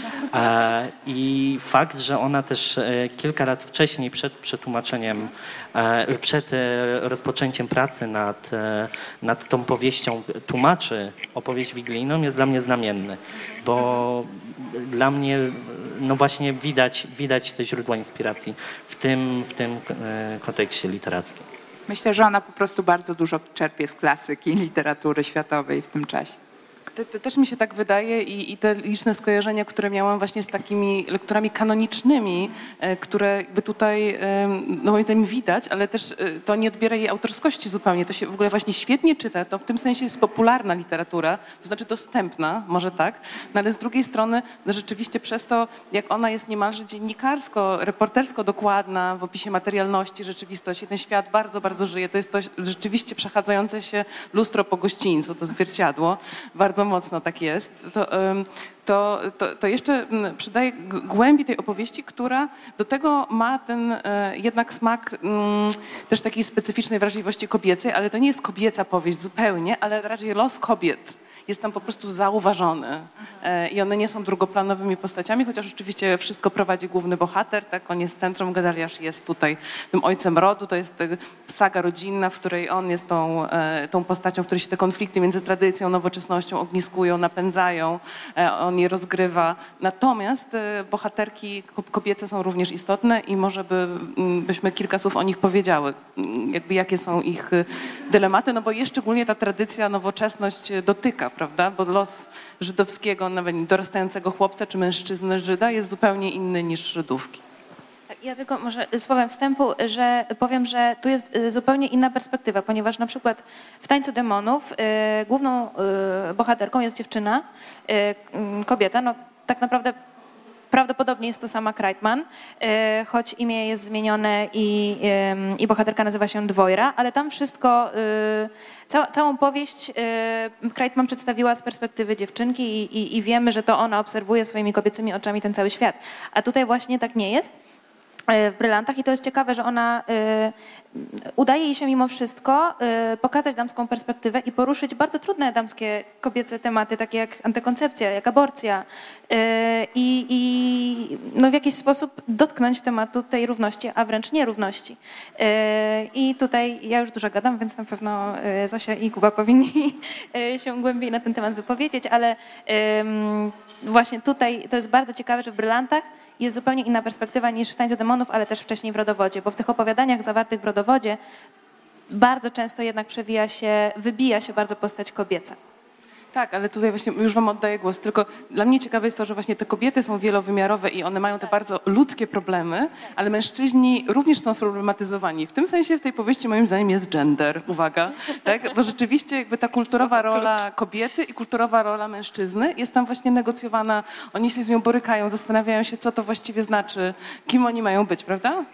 I fakt, że ona też kilka lat wcześniej, przed przetłumaczeniem, przed rozpoczęciem pracy nad, nad tą powieścią tłumaczy opowieść wigilijną, jest dla mnie znamienny, bo dla mnie no właśnie widać, widać te źródła inspiracji w tym, w tym kontekście literackim. Myślę, że ona po prostu bardzo dużo czerpie z klasyki literatury światowej w tym czasie. Te, te też mi się tak wydaje i, i te liczne skojarzenia, które miałam właśnie z takimi lekturami kanonicznymi, e, które jakby tutaj, e, no moim zdaniem widać, ale też e, to nie odbiera jej autorskości zupełnie. To się w ogóle właśnie świetnie czyta, to w tym sensie jest popularna literatura, to znaczy dostępna, może tak, no ale z drugiej strony no rzeczywiście przez to, jak ona jest niemalże dziennikarsko, reportersko dokładna w opisie materialności rzeczywistości, ten świat bardzo, bardzo żyje. To jest to rzeczywiście przechadzające się lustro po gościńcu, to zwierciadło. Bardzo mocno tak jest, to, to, to, to jeszcze przydaje głębi tej opowieści, która do tego ma ten jednak smak też takiej specyficznej wrażliwości kobiecej, ale to nie jest kobieca powieść zupełnie, ale raczej los kobiet jest tam po prostu zauważony i one nie są drugoplanowymi postaciami, chociaż oczywiście wszystko prowadzi główny bohater, tak, on jest centrum, Gedaliasz jest tutaj tym ojcem rodu, to jest saga rodzinna, w której on jest tą, tą postacią, w której się te konflikty między tradycją, nowoczesnością ogniskują, napędzają, on je rozgrywa. Natomiast bohaterki kobiece są również istotne i może by, byśmy kilka słów o nich powiedziały, jakby jakie są ich dylematy, no bo je szczególnie ta tradycja, nowoczesność dotyka, prawda? Bo los żydowskiego, nawet dorastającego chłopca czy mężczyzny Żyda jest zupełnie inny niż Żydówki. Ja tylko może słowem wstępu, że powiem, że tu jest zupełnie inna perspektywa, ponieważ na przykład w Tańcu Demonów y, główną y, bohaterką jest dziewczyna, y, kobieta, no tak naprawdę prawdopodobnie jest to sama Kreitman, y, choć imię jest zmienione i, y, i bohaterka nazywa się Dwojra, ale tam wszystko, y, ca, całą powieść y, Kreitman przedstawiła z perspektywy dziewczynki i, i, i wiemy, że to ona obserwuje swoimi kobiecymi oczami ten cały świat. A tutaj właśnie tak nie jest w Brylantach i to jest ciekawe, że ona y, udaje jej się mimo wszystko y, pokazać damską perspektywę i poruszyć bardzo trudne damskie, kobiece tematy, takie jak antykoncepcja, jak aborcja y, i, i no w jakiś sposób dotknąć tematu tej równości, a wręcz nierówności. Y, I tutaj ja już dużo gadam, więc na pewno y, Zosia i Kuba powinni y, się głębiej na ten temat wypowiedzieć, ale y, właśnie tutaj to jest bardzo ciekawe, że w Brylantach jest zupełnie inna perspektywa niż w Tańcu Demonów, ale też wcześniej w Rodowodzie, bo w tych opowiadaniach zawartych w Rodowodzie bardzo często jednak przewija się, wybija się bardzo postać kobieca. Tak, ale tutaj właśnie już wam oddaję głos, tylko dla mnie ciekawe jest to, że właśnie te kobiety są wielowymiarowe i one mają te bardzo ludzkie problemy, ale mężczyźni również są sproblematyzowani. W tym sensie w tej powieści moim zdaniem jest gender, uwaga, tak? Bo rzeczywiście jakby ta kulturowa rola kobiety i kulturowa rola mężczyzny jest tam właśnie negocjowana, oni się z nią borykają, zastanawiają się, co to właściwie znaczy, kim oni mają być, prawda?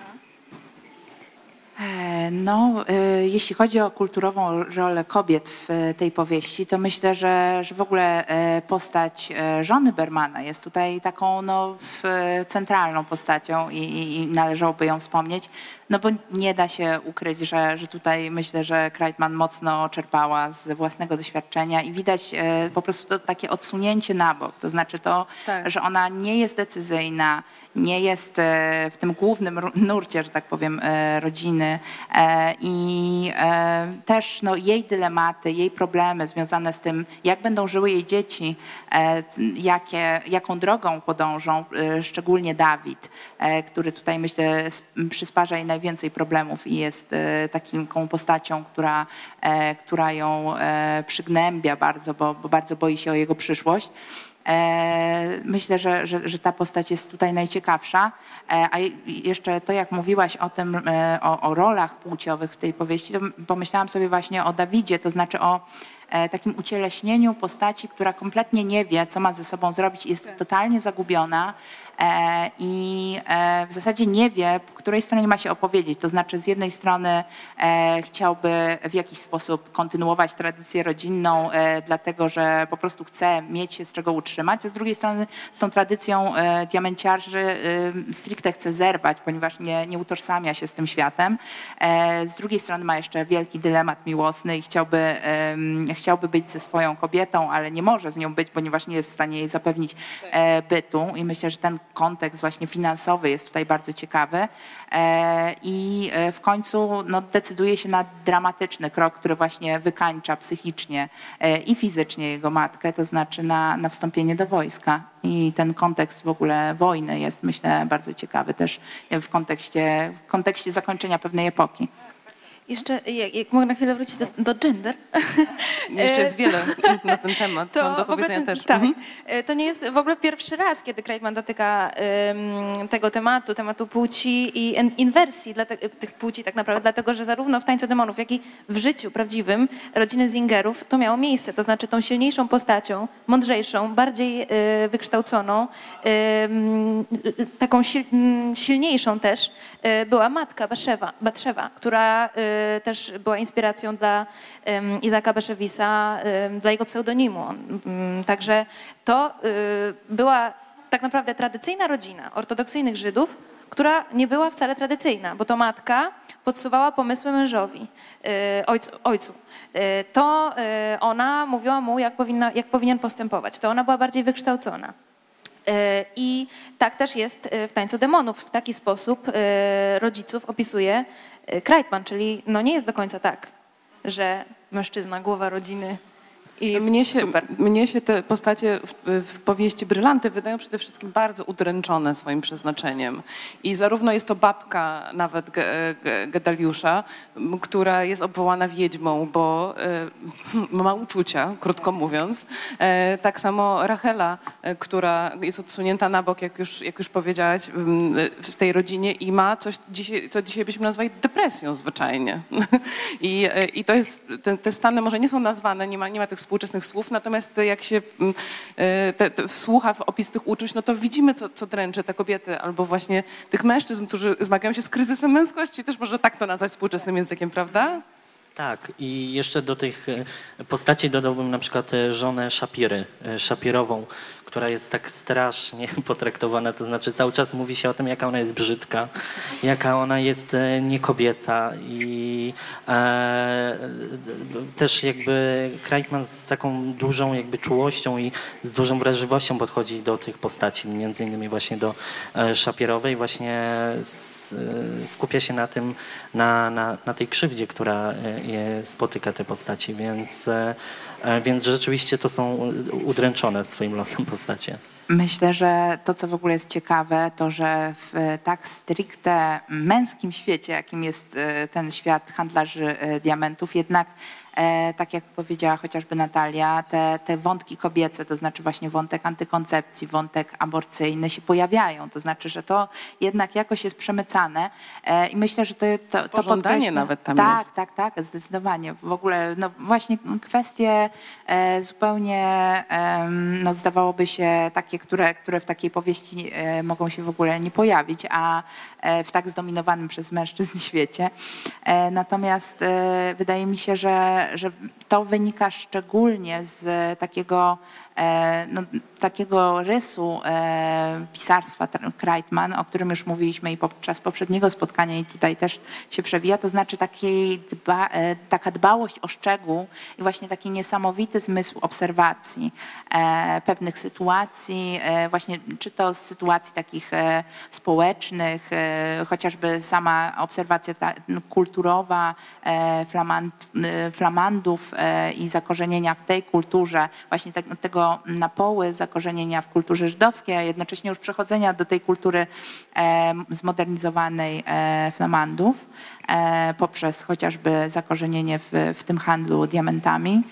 No, jeśli chodzi o kulturową rolę kobiet w tej powieści, to myślę, że, że w ogóle postać żony Bermana jest tutaj taką no, centralną postacią i, i należałoby ją wspomnieć. No bo nie da się ukryć, że, że tutaj myślę, że Kreitman mocno czerpała z własnego doświadczenia i widać e, po prostu to takie odsunięcie na bok. To znaczy to, tak. że ona nie jest decyzyjna, nie jest e, w tym głównym nurcie, że tak powiem, e, rodziny e, i e, też no, jej dylematy, jej problemy związane z tym, jak będą żyły jej dzieci, e, jakie, jaką drogą podążą, e, szczególnie Dawid, e, który tutaj myślę przysparza jej najwięcej problemów i jest taką postacią, która, która ją przygnębia bardzo, bo, bo bardzo boi się o jego przyszłość. Myślę, że, że, że ta postać jest tutaj najciekawsza. A jeszcze to, jak mówiłaś o tym, o, o rolach płciowych w tej powieści, to pomyślałam sobie właśnie o Dawidzie, to znaczy o takim ucieleśnieniu postaci, która kompletnie nie wie, co ma ze sobą zrobić i jest totalnie zagubiona i w zasadzie nie wie, po której stronie ma się opowiedzieć. To znaczy z jednej strony chciałby w jakiś sposób kontynuować tradycję rodzinną, dlatego że po prostu chce mieć się z czego utrzymać, a z drugiej strony z tą tradycją diamenciarzy stricte chce zerwać, ponieważ nie, nie utożsamia się z tym światem. Z drugiej strony ma jeszcze wielki dylemat miłosny i chciałby, chciałby być ze swoją kobietą, ale nie może z nią być, ponieważ nie jest w stanie jej zapewnić bytu i myślę, że ten kontekst właśnie finansowy jest tutaj bardzo ciekawy i w końcu no, decyduje się na dramatyczny krok, który właśnie wykańcza psychicznie i fizycznie jego matkę, to znaczy na, na wstąpienie do wojska. I ten kontekst w ogóle wojny jest, myślę, bardzo ciekawy też w kontekście, w kontekście zakończenia pewnej epoki. Jeszcze, jak, jak mogę na chwilę wrócić do, do gender. Jeszcze jest wiele na ten temat, To mam do powiedzenia ten, też. Tak. Mhm. To nie jest w ogóle pierwszy raz, kiedy Kreitman dotyka um, tego tematu, tematu płci i inwersji dla te, tych płci tak naprawdę, dlatego że zarówno w Tańcu Demonów, jak i w życiu prawdziwym rodziny Zingerów to miało miejsce. To znaczy tą silniejszą postacią, mądrzejszą, bardziej y, wykształconą, y, taką sil, y, silniejszą też y, była matka Batszewa, Batszewa, która y, też była inspiracją dla y, Izaka Baszewisa, y, dla jego pseudonimu. Y, także to y, była tak naprawdę tradycyjna rodzina ortodoksyjnych Żydów, która nie była wcale tradycyjna, bo to matka podsuwała pomysły mężowi, y, ojcu. ojcu. Y, to y, ona mówiła mu, jak, powinna, jak powinien postępować. To ona była bardziej wykształcona. Y, I tak też jest w Tańcu Demonów. W taki sposób y, rodziców opisuje Kreitman, czyli no nie jest do końca tak, że mężczyzna, głowa rodziny i Mnie się, super. mnie się te postacie w, w powieści Brylanty wydają przede wszystkim bardzo udręczone swoim przeznaczeniem. I zarówno jest to babka nawet Ge, Ge, Gedaliusza, m, która jest obwołana wiedźmą, bo e, ma uczucia, krótko mówiąc. E, tak samo Rachela, e, która jest odsunięta na bok, jak już, jak już powiedziałaś, w, w tej rodzinie i ma coś, dzisiaj, co dzisiaj byśmy nazwali depresją zwyczajnie. I, e, i to jest, te, te stany może nie są nazwane, nie ma, nie ma tych współczesnych słów, natomiast jak się te, te, słucha w opis tych uczuć, no to widzimy, co, co dręczy te kobiety, albo właśnie tych mężczyzn, którzy zmagają się z kryzysem męskości, też można tak to nazwać współczesnym językiem, prawda? Tak, i jeszcze do tych postaci dodałbym na przykład żonę Szapiry, Szapirową, która jest tak strasznie potraktowana, to znaczy cały czas mówi się o tym, jaka ona jest brzydka, jaka ona jest niekobieca i e, też jakby Kreitman z taką dużą jakby czułością i z dużą wrażliwością podchodzi do tych postaci, między innymi właśnie do e, Szapirowej, właśnie s, skupia się na tym, na, na, na tej krzywdzie, która je spotyka te postaci, więc, e, więc rzeczywiście to są udręczone swoim losem postacie. Myślę, że to, co w ogóle jest ciekawe, to że w tak stricte męskim świecie, jakim jest ten świat handlarzy diamentów, jednak E, tak jak powiedziała chociażby Natalia, te, te wątki kobiece, to znaczy właśnie wątek antykoncepcji, wątek aborcyjny się pojawiają. To znaczy, że to jednak jakoś jest przemycane e, i myślę, że to, to, to Pożądanie podkreśla... nawet tam tak, jest. Tak, tak, tak, zdecydowanie. W ogóle no właśnie kwestie e, zupełnie e, no zdawałoby się takie, które, które w takiej powieści e, mogą się w ogóle nie pojawić, a e, w tak zdominowanym przez mężczyzn świecie. E, natomiast e, wydaje mi się, że że to wynika szczególnie z takiego, no, takiego rysu pisarstwa Kreitman, o którym już mówiliśmy i podczas poprzedniego spotkania i tutaj też się przewija, to znaczy takiej dba, taka dbałość o szczegół i właśnie taki niesamowity zmysł obserwacji pewnych sytuacji, właśnie czy to z sytuacji takich społecznych, chociażby sama obserwacja ta, kulturowa flamand, flamandów i zakorzenienia w tej kulturze, właśnie te, tego napoły zakorzenienia w kulturze żydowskiej, a jednocześnie już przechodzenia do tej kultury e, zmodernizowanej e, flamandów e, poprzez chociażby zakorzenienie w, w tym handlu diamentami.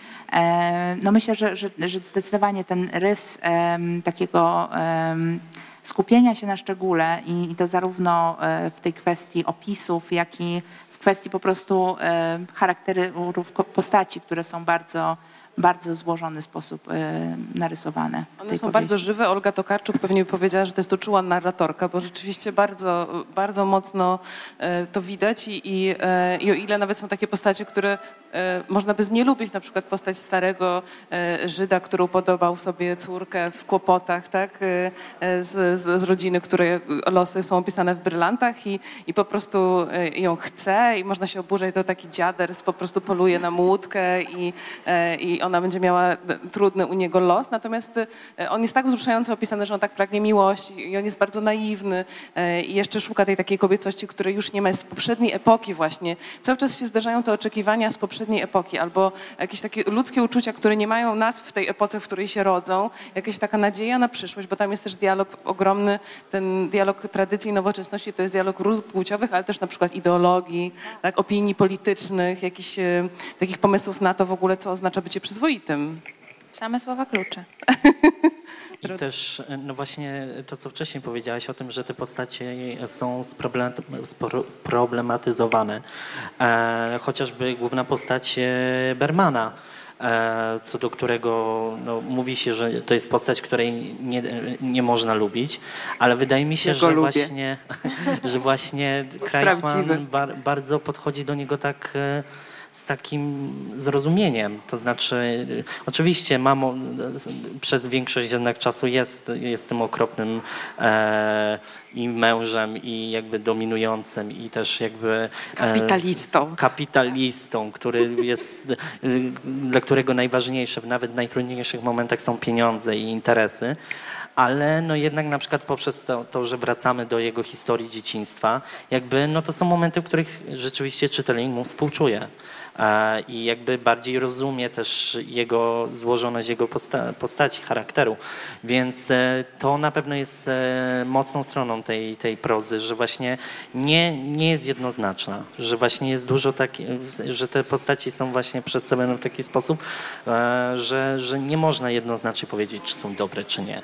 E, no myślę, że, że, że zdecydowanie ten rys e, takiego e, skupienia się na szczególe i, i to zarówno e, w tej kwestii opisów, jak i w kwestii po prostu e, charakterów postaci, które są bardzo bardzo złożony sposób y, narysowane. One są bardzo żywe. Olga Tokarczuk pewnie powiedziała, że to jest to czuła narratorka, bo rzeczywiście bardzo, bardzo mocno y, to widać i, i, y, i o ile nawet są takie postacie, które y, można by z nie lubić, na przykład postać starego y, Żyda, który upodobał sobie córkę w kłopotach, tak, y, z, z, z rodziny, której losy są opisane w Brylantach i, i po prostu y, ją chce i można się oburzać, to taki dziader po prostu poluje na młódkę i, y, i ona będzie miała trudny u niego los, natomiast on jest tak wzruszająco opisany, że on tak pragnie miłości i on jest bardzo naiwny i jeszcze szuka tej takiej kobiecości, której już nie ma, z poprzedniej epoki właśnie. Cały czas się zdarzają te oczekiwania z poprzedniej epoki albo jakieś takie ludzkie uczucia, które nie mają nazw w tej epoce, w której się rodzą, jakaś taka nadzieja na przyszłość, bo tam jest też dialog ogromny, ten dialog tradycji i nowoczesności, to jest dialog ról płciowych, ale też na przykład ideologii, tak, opinii politycznych, jakichś e, takich pomysłów na to w ogóle, co oznacza bycie przyzwoitym. Same słowa klucze. I też, no właśnie to, co wcześniej powiedziałaś o tym, że te postacie są sproblematyczowane. E, chociażby główna postać Bermana, e, co do którego no, mówi się, że to jest postać, której nie, nie można lubić, ale wydaje mi się, ja że lubię. właśnie, że właśnie Kreitman bar, bardzo podchodzi do niego tak... E, z takim zrozumieniem. To znaczy, oczywiście mamo przez większość jednak czasu jest, jest tym okropnym e, i mężem, i jakby dominującym, i też jakby... E, Kapitalistą. Kapitalistą, który jest, dla którego najważniejsze w nawet najtrudniejszych momentach są pieniądze i interesy. Ale no jednak na przykład poprzez to, to, że wracamy do jego historii dzieciństwa, jakby no to są momenty, w których rzeczywiście czytelnik mu współczuje e, i jakby bardziej rozumie też jego złożoność jego posta postaci, charakteru. Więc e, to na pewno jest e, mocną stroną tej, tej prozy, że właśnie nie, nie jest jednoznaczna, że właśnie jest dużo takich, że te postaci są właśnie przedstawione w taki sposób, e, że, że nie można jednoznacznie powiedzieć, czy są dobre, czy nie.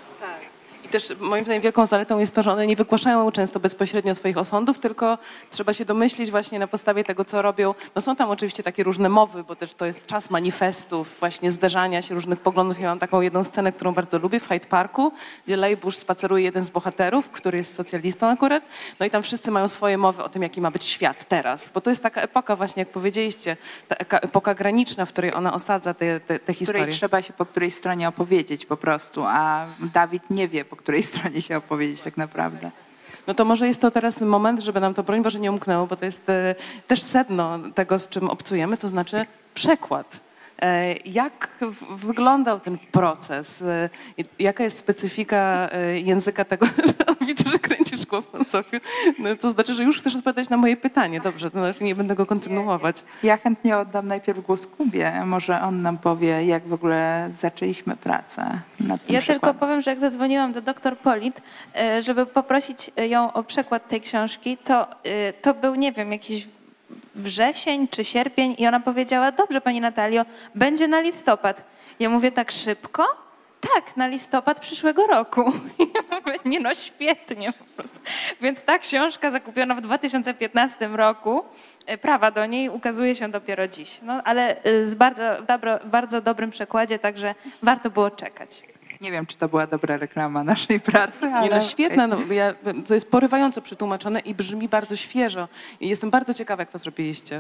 Też moim zdaniem wielką zaletą jest to, że one nie wygłaszają często bezpośrednio swoich osądów, tylko trzeba się domyślić właśnie na podstawie tego, co robią. No są tam oczywiście takie różne mowy, bo też to jest czas manifestów, właśnie zderzania się różnych poglądów. Ja mam taką jedną scenę, którą bardzo lubię w Hyde Parku, gdzie Lejbusz spaceruje jeden z bohaterów, który jest socjalistą akurat. No i tam wszyscy mają swoje mowy o tym, jaki ma być świat teraz. Bo to jest taka epoka właśnie, jak powiedzieliście, ta epoka graniczna, w której ona osadza te, te, te historie. Której trzeba się po której stronie opowiedzieć po prostu, a Dawid nie wie, po której stronie się opowiedzieć tak naprawdę. No to może jest to teraz moment, żeby nam to, broń Boże, nie umknęło, bo to jest e, też sedno tego, z czym obcujemy, to znaczy przekład. E, jak w, wyglądał ten proces? E, jaka jest specyfika e, języka tego? Widzę, że kręcisz głową, Sofiu. No, to znaczy, że już chcesz odpowiadać na moje pytanie. Dobrze, to znaczy nie będę go kontynuować. Ja chętnie oddam najpierw głos Kubie. Może on nam powie, jak w ogóle zaczęliśmy pracę nad tym Ja przykładem. tylko powiem, że jak zadzwoniłam do doktor Polit, e, żeby poprosić ją o przekład tej książki, to, e, to był, nie wiem, jakiś wrzesień czy sierpień i ona powiedziała, dobrze pani Natalio, będzie na listopad. Ja mówię, tak szybko? Tak, na listopad przyszłego roku. Ja mówię, nie no, świetnie po prostu. Więc ta książka zakupiona w dwa tysiące piętnastym roku, prawa do niej ukazuje się dopiero dziś. No, ale z bardzo, w dobro, bardzo dobrym przekładzie, także warto było czekać. Nie wiem, czy to była dobra reklama naszej pracy, ale... Nie no, świetna. No, ja, to jest porywająco przetłumaczone i brzmi bardzo świeżo. I jestem bardzo ciekawa, jak to zrobiliście.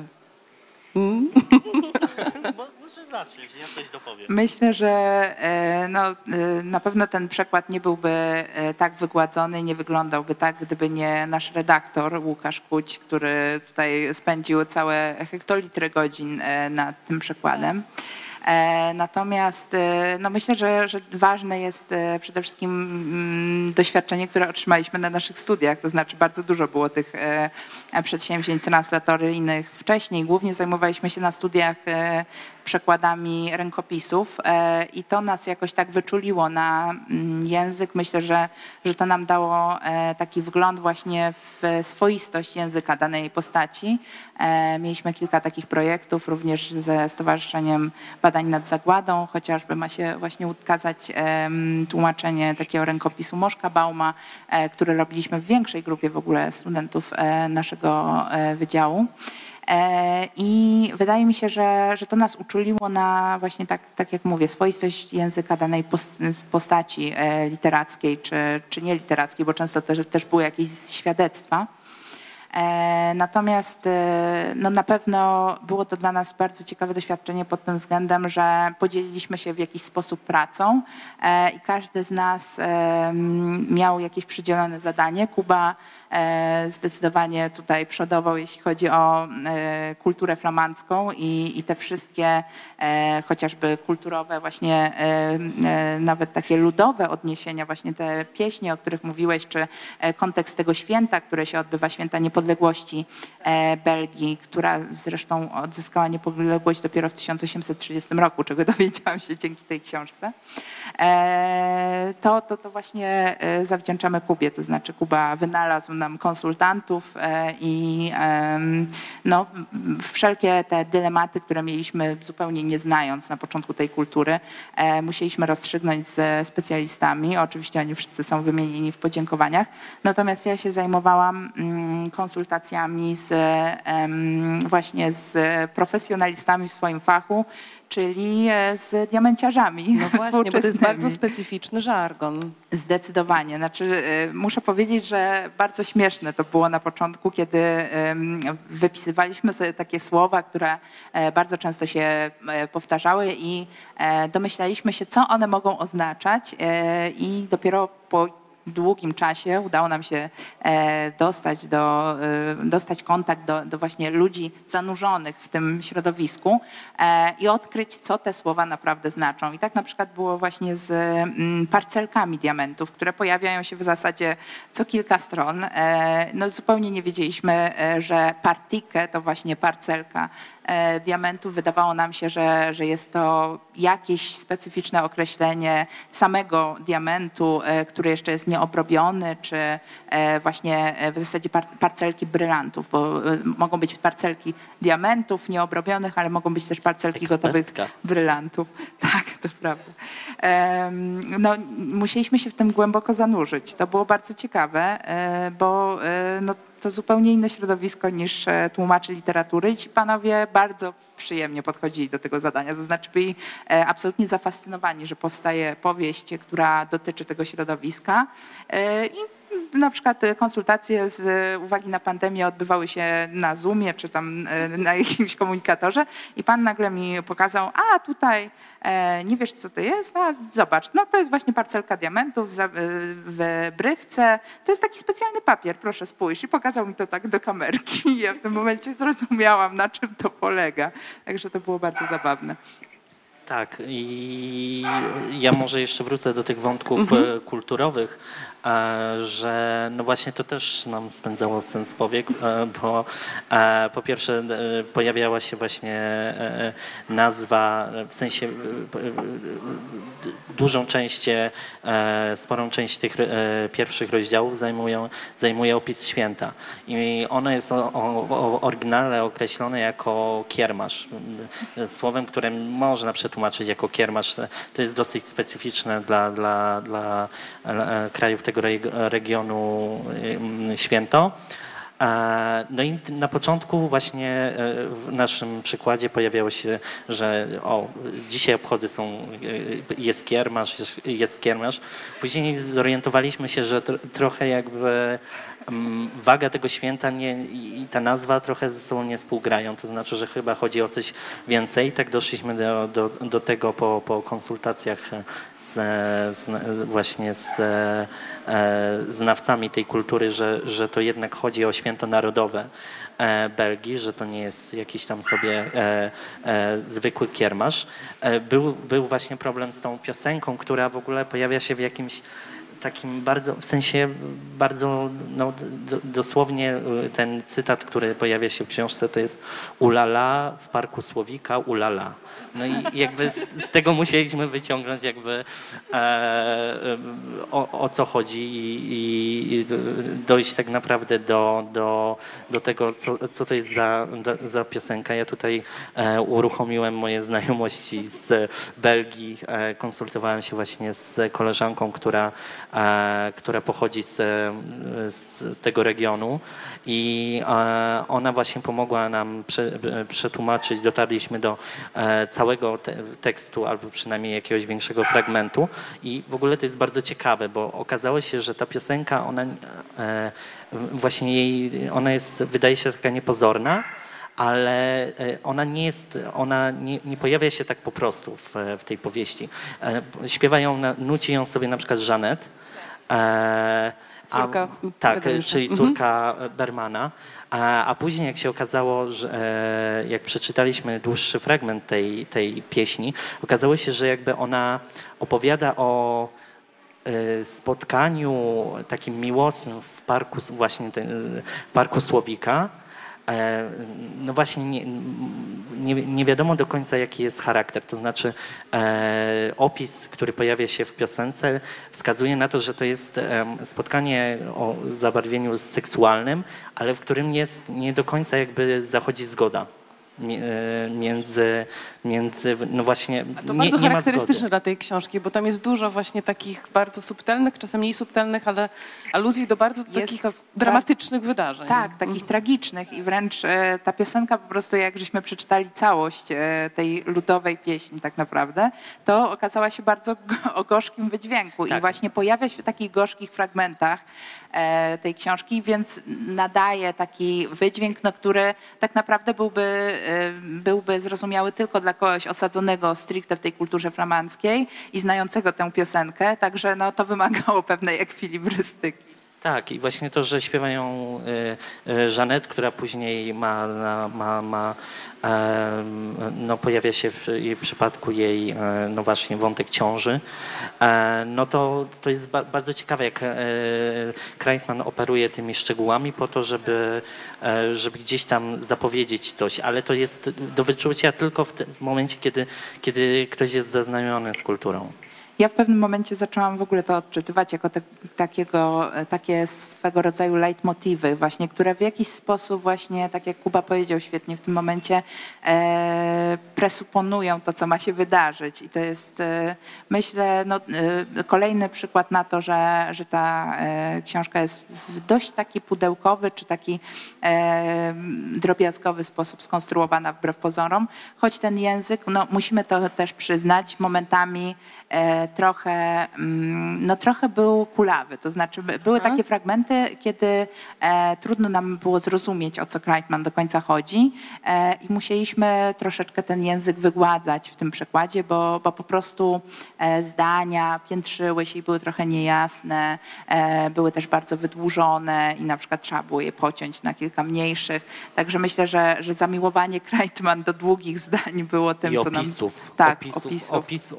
Hmm? Może zacząć, ja coś dopowiem. Myślę, że e, no, e, na pewno ten przekład nie byłby e, tak wygładzony, nie wyglądałby tak, gdyby nie nasz redaktor Łukasz Kuć, który tutaj spędził całe hektolitry godzin e, nad tym przekładem. E, natomiast e, no myślę, że, że ważne jest e, przede wszystkim mm, doświadczenie, które otrzymaliśmy na naszych studiach. To znaczy bardzo dużo było tych e, przedsięwzięć translatoryjnych wcześniej. Głównie zajmowaliśmy się na studiach e, przekładami rękopisów e, i to nas jakoś tak wyczuliło na mm, język. Myślę, że, że to nam dało e, taki wgląd właśnie w swoistość języka danej postaci. E, mieliśmy kilka takich projektów, również ze Stowarzyszeniem Badań nad Zagładą, chociażby ma się właśnie ukazać e, tłumaczenie takiego rękopisu Moszka Bauma, e, który robiliśmy w większej grupie w ogóle studentów e, naszego e, wydziału. I wydaje mi się, że, że to nas uczuliło na właśnie tak, tak jak mówię, swoistość języka danej postaci literackiej czy, czy nieliterackiej, bo często też, też były jakieś świadectwa. Natomiast no na pewno było to dla nas bardzo ciekawe doświadczenie pod tym względem, że podzieliliśmy się w jakiś sposób pracą i każdy z nas miał jakieś przydzielone zadanie. Kuba zdecydowanie tutaj przodował, jeśli chodzi o kulturę flamandzką i, i te wszystkie chociażby kulturowe właśnie nawet takie ludowe odniesienia, właśnie te pieśni, o których mówiłeś, czy kontekst tego święta, które się odbywa, święta niepodległości Belgii, która zresztą odzyskała niepodległość dopiero w tysiąc osiemset trzydziestym roku, czego dowiedziałam się dzięki tej książce. To, to, to właśnie zawdzięczamy Kubie, to znaczy Kuba wynalazł nam konsultantów i no, wszelkie te dylematy, które mieliśmy zupełnie nie znając na początku tej kultury, musieliśmy rozstrzygnąć ze specjalistami. Oczywiście oni wszyscy są wymienieni w podziękowaniach. Natomiast ja się zajmowałam konsultacjami z, właśnie z profesjonalistami w swoim fachu, czyli z diamenciarzami. No właśnie, bo to jest bardzo specyficzny żargon. Zdecydowanie. Znaczy, muszę powiedzieć, że bardzo śmieszne to było na początku, kiedy wypisywaliśmy sobie takie słowa, które bardzo często się powtarzały i domyślaliśmy się, co one mogą oznaczać i dopiero po długim czasie udało nam się dostać, do, dostać kontakt do, do właśnie ludzi zanurzonych w tym środowisku i odkryć, co te słowa naprawdę znaczą. I tak na przykład było właśnie z parcelkami diamentów, które pojawiają się w zasadzie co kilka stron. No zupełnie nie wiedzieliśmy, że partikę to właśnie parcelka diamentów. Wydawało nam się, że, że jest to jakieś specyficzne określenie samego diamentu, który jeszcze jest nieobrobiony, czy właśnie w zasadzie par parcelki brylantów, bo mogą być parcelki diamentów nieobrobionych, ale mogą być też parcelki Ekspertka. gotowych brylantów. Tak, to prawda. No, musieliśmy się w tym głęboko zanurzyć. To było bardzo ciekawe, bo no, to zupełnie inne środowisko niż tłumacze literatury i ci panowie bardzo przyjemnie podchodzili do tego zadania. To znaczy byli absolutnie zafascynowani, że powstaje powieść, która dotyczy tego środowiska i na przykład konsultacje z uwagi na pandemię odbywały się na Zoomie czy tam na jakimś komunikatorze i pan nagle mi pokazał, a tutaj nie wiesz, co to jest? A zobacz, no to jest właśnie parcelka diamentów w brywce. To jest taki specjalny papier, proszę spójrz. I pokazał mi to tak do kamerki i ja w tym momencie zrozumiałam, na czym to polega. Także to było bardzo zabawne. Tak, i ja może jeszcze wrócę do tych wątków mhm. kulturowych, że no właśnie to też nam spędzało sens powiek, bo po pierwsze pojawiała się właśnie nazwa, w sensie dużą część, sporą część tych pierwszych rozdziałów zajmują, zajmuje opis święta i ono jest o, o, oryginalnie określone jako kiermasz, słowem, które można przetłumaczyć jako kiermasz. To jest dosyć specyficzne dla, dla, dla krajów tego regionu święto. No i na początku właśnie w naszym przykładzie pojawiało się, że o, dzisiaj obchody są, jest kiermasz, jest, jest kiermasz. Później zorientowaliśmy się, że tro, trochę jakby waga tego święta nie, i ta nazwa trochę ze sobą nie współgrają. To znaczy, że chyba chodzi o coś więcej. Tak doszliśmy do, do, do tego po, po konsultacjach z, z, właśnie z e, znawcami tej kultury, że, że to jednak chodzi o święto narodowe e, Belgii, że to nie jest jakiś tam sobie e, e, zwykły kiermasz. E, był, był właśnie problem z tą piosenką, która w ogóle pojawia się w jakimś takim bardzo, w sensie bardzo no, do, dosłownie ten cytat, który pojawia się w książce, to jest ulala w parku Słowika, ulala. No i jakby z, z tego musieliśmy wyciągnąć jakby e, o, o co chodzi i, i dojść tak naprawdę do, do, do tego, co, co to jest za, za piosenka. Ja tutaj e, uruchomiłem moje znajomości z Belgii, e, konsultowałem się właśnie z koleżanką, która która pochodzi z, z, z tego regionu i ona właśnie pomogła nam prze, przetłumaczyć, dotarliśmy do całego te, tekstu albo przynajmniej jakiegoś większego fragmentu i w ogóle to jest bardzo ciekawe, bo okazało się, że ta piosenka, ona właśnie jej, ona jest, wydaje się taka niepozorna, ale ona nie jest, ona nie, nie pojawia się tak po prostu w, w tej powieści. Śpiewa ją, nuci ją sobie na przykład Jeanette, E, Córka a, tak, Tadeusza. czyli córka mhm. Bermana. A, a później jak się okazało, że e, jak przeczytaliśmy dłuższy fragment tej, tej pieśni, okazało się, że jakby ona opowiada o e, spotkaniu takim miłosnym w parku, właśnie ten, w parku Słowika. E, no właśnie nie, nie, nie wiadomo do końca, jaki jest charakter. To znaczy e, opis, który pojawia się w piosence, wskazuje na to, że to jest e, spotkanie o zabarwieniu seksualnym, ale w którym jest nie do końca jakby zachodzi zgoda między, między no właśnie A to nie, bardzo nie charakterystyczne dla tej książki, bo tam jest dużo właśnie takich bardzo subtelnych, czasem mniej subtelnych, ale aluzji do bardzo Jest takich to dramatycznych wydarzeń. Tak, takich tragicznych i wręcz e, ta piosenka po prostu, jak żeśmy przeczytali całość e, tej ludowej pieśni tak naprawdę, to okazała się bardzo go, o gorzkim wydźwięku Tak. i właśnie pojawia się w takich gorzkich fragmentach e, tej książki, więc nadaje taki wydźwięk, no, który tak naprawdę byłby, e, byłby zrozumiały tylko dla kogoś osadzonego stricte w tej kulturze flamandzkiej i znającego tę piosenkę, także no, to wymagało pewnej ekwilibrystyki. Tak, i właśnie to, że śpiewają y, y, Żanet, która później ma, ma, ma e, no pojawia się w jej przypadku jej, e, no właśnie wątek ciąży, e, no to, to jest ba, bardzo ciekawe, jak e, Kreitman operuje tymi szczegółami po to, żeby, e, żeby gdzieś tam zapowiedzieć coś, ale to jest do wyczucia tylko w, te, w momencie, kiedy, kiedy ktoś jest zaznajomiony z kulturą. Ja w pewnym momencie zaczęłam w ogóle to odczytywać jako te, takiego, takie swego rodzaju leitmotywy właśnie, które w jakiś sposób właśnie, tak jak Kuba powiedział świetnie w tym momencie, e, presuponują to, co ma się wydarzyć. I to jest, e, myślę, no, e, kolejny przykład na to, że, że ta e, książka jest w dość taki pudełkowy, czy taki e, drobiazgowy sposób skonstruowana wbrew pozorom, choć ten język, no, musimy to też przyznać, momentami e, trochę, no trochę był kulawy, to znaczy były takie fragmenty, kiedy e, trudno nam było zrozumieć, o co Kreitman do końca chodzi e, i musieliśmy troszeczkę ten język wygładzać w tym przekładzie, bo, bo po prostu e, zdania piętrzyły się i były trochę niejasne, e, były też bardzo wydłużone i na przykład trzeba było je pociąć na kilka mniejszych, także myślę, że, że zamiłowanie Kreitman do długich zdań było tym, I co nam... opisów. Tak, opisów. opisów. opisów.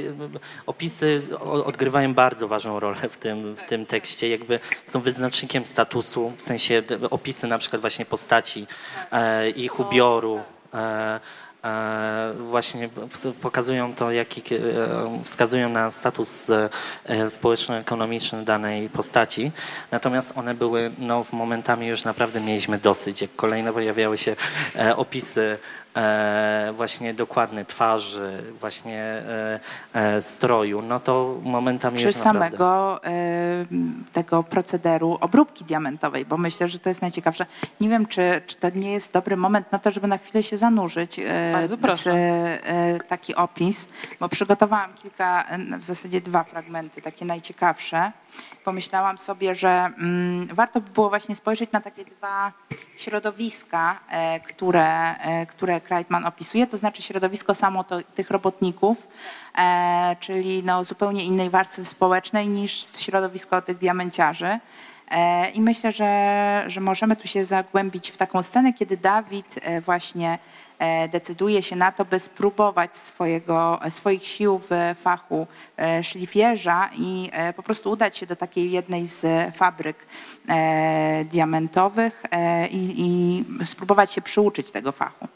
Opisy odgrywają bardzo ważną rolę w tym, w tym tekście. Jakby są wyznacznikiem statusu, w sensie opisy na przykład właśnie postaci, e, ich ubioru, e, e, właśnie pokazują to, jaki, e, wskazują na status e, społeczno-ekonomiczny danej postaci. Natomiast one były, no, w momentami już naprawdę mieliśmy dosyć. Jak kolejne pojawiały się e, opisy E, właśnie dokładne twarzy, właśnie e, e, stroju, no to momentami Czy już naprawdę... samego e, tego procederu obróbki diamentowej, bo myślę, że to jest najciekawsze. Nie wiem, czy, czy to nie jest dobry moment na to, żeby na chwilę się zanurzyć e, Bardzo proszę. w e, taki opis, bo przygotowałam kilka, w zasadzie dwa fragmenty, takie najciekawsze. Pomyślałam sobie, że mm, warto by było właśnie spojrzeć na takie dwa środowiska, e, które, e, które Kreitman opisuje, to znaczy środowisko samo to, tych robotników, e, czyli no, zupełnie innej warstwy społecznej niż środowisko tych diamenciarzy. E, I myślę, że, że możemy tu się zagłębić w taką scenę, kiedy Dawid e, właśnie decyduje się na to, by spróbować swojego, swoich sił w fachu szlifierza i po prostu udać się do takiej jednej z fabryk diamentowych i, i spróbować się przyuczyć tego fachu.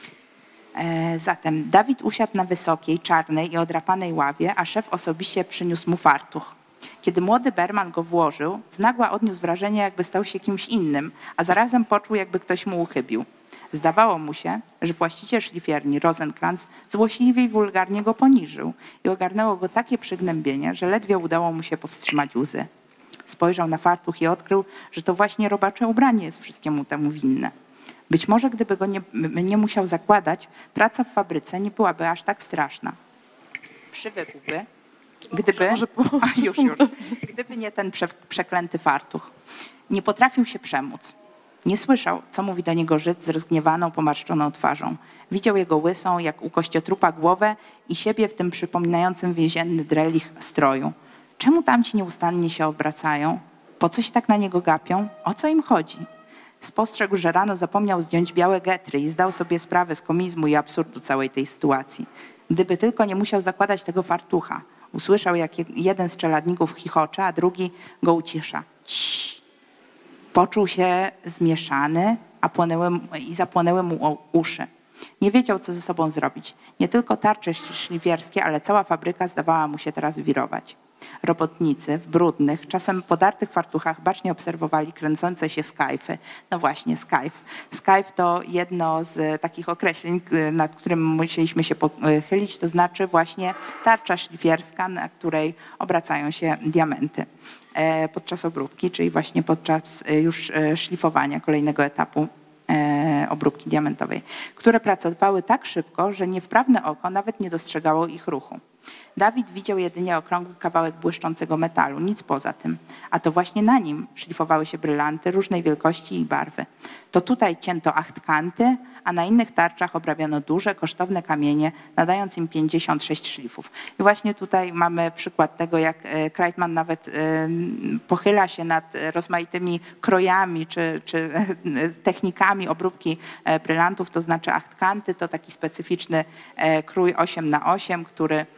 Zatem Dawid usiadł na wysokiej, czarnej i odrapanej ławie, a szef osobiście przyniósł mu fartuch. Kiedy młody Berman go włożył, znagła odniósł wrażenie, jakby stał się kimś innym, a zarazem poczuł, jakby ktoś mu uchybił. Zdawało mu się, że właściciel szlifierni Rosenkrantz złośliwie i wulgarnie go poniżył i ogarnęło go takie przygnębienie, że ledwie udało mu się powstrzymać łzy. Spojrzał na fartuch i odkrył, że to właśnie robacze ubranie jest wszystkiemu temu winne. Być może gdyby go nie, nie musiał zakładać, praca w fabryce nie byłaby aż tak straszna. Przywykłby, gdyby, a już, już, gdyby nie ten prze, przeklęty fartuch. Nie potrafił się przemóc. Nie słyszał, co mówi do niego Żyd z rozgniewaną, pomarszczoną twarzą. Widział jego łysą, jak u kościotrupa głowę i siebie w tym przypominającym więzienny drelich stroju. Czemu tamci nieustannie się obracają? Po co się tak na niego gapią? O co im chodzi? Spostrzegł, że rano zapomniał zdjąć białe getry i zdał sobie sprawę z komizmu i absurdu całej tej sytuacji. Gdyby tylko nie musiał zakładać tego fartucha. Usłyszał, jak jeden z czeladników chichocze, a drugi go ucisza. Ciii. Poczuł się zmieszany a płonęły, i zapłonęły mu uszy. Nie wiedział, co ze sobą zrobić. Nie tylko tarcze szlifierskie, ale cała fabryka zdawała mu się teraz wirować. Robotnicy w brudnych, czasem podartych fartuchach bacznie obserwowali kręcące się skajfy. No właśnie, skajf. Skajf to jedno z takich określeń, nad którym musieliśmy się pochylić, to znaczy właśnie tarcza szlifierska, na której obracają się diamenty podczas obróbki, czyli właśnie podczas już szlifowania kolejnego etapu obróbki diamentowej, które pracowały tak szybko, że niewprawne oko nawet nie dostrzegało ich ruchu. Dawid widział jedynie okrągły kawałek błyszczącego metalu, nic poza tym. A to właśnie na nim szlifowały się brylanty różnej wielkości i barwy. To tutaj cięto achtkanty, a na innych tarczach obrabiano duże, kosztowne kamienie, nadając im pięćdziesiąt sześć szlifów. I właśnie tutaj mamy przykład tego, jak Kreitman nawet pochyla się nad rozmaitymi krojami czy, czy technikami obróbki brylantów, to znaczy achtkanty, to taki specyficzny krój osiem na osiem, który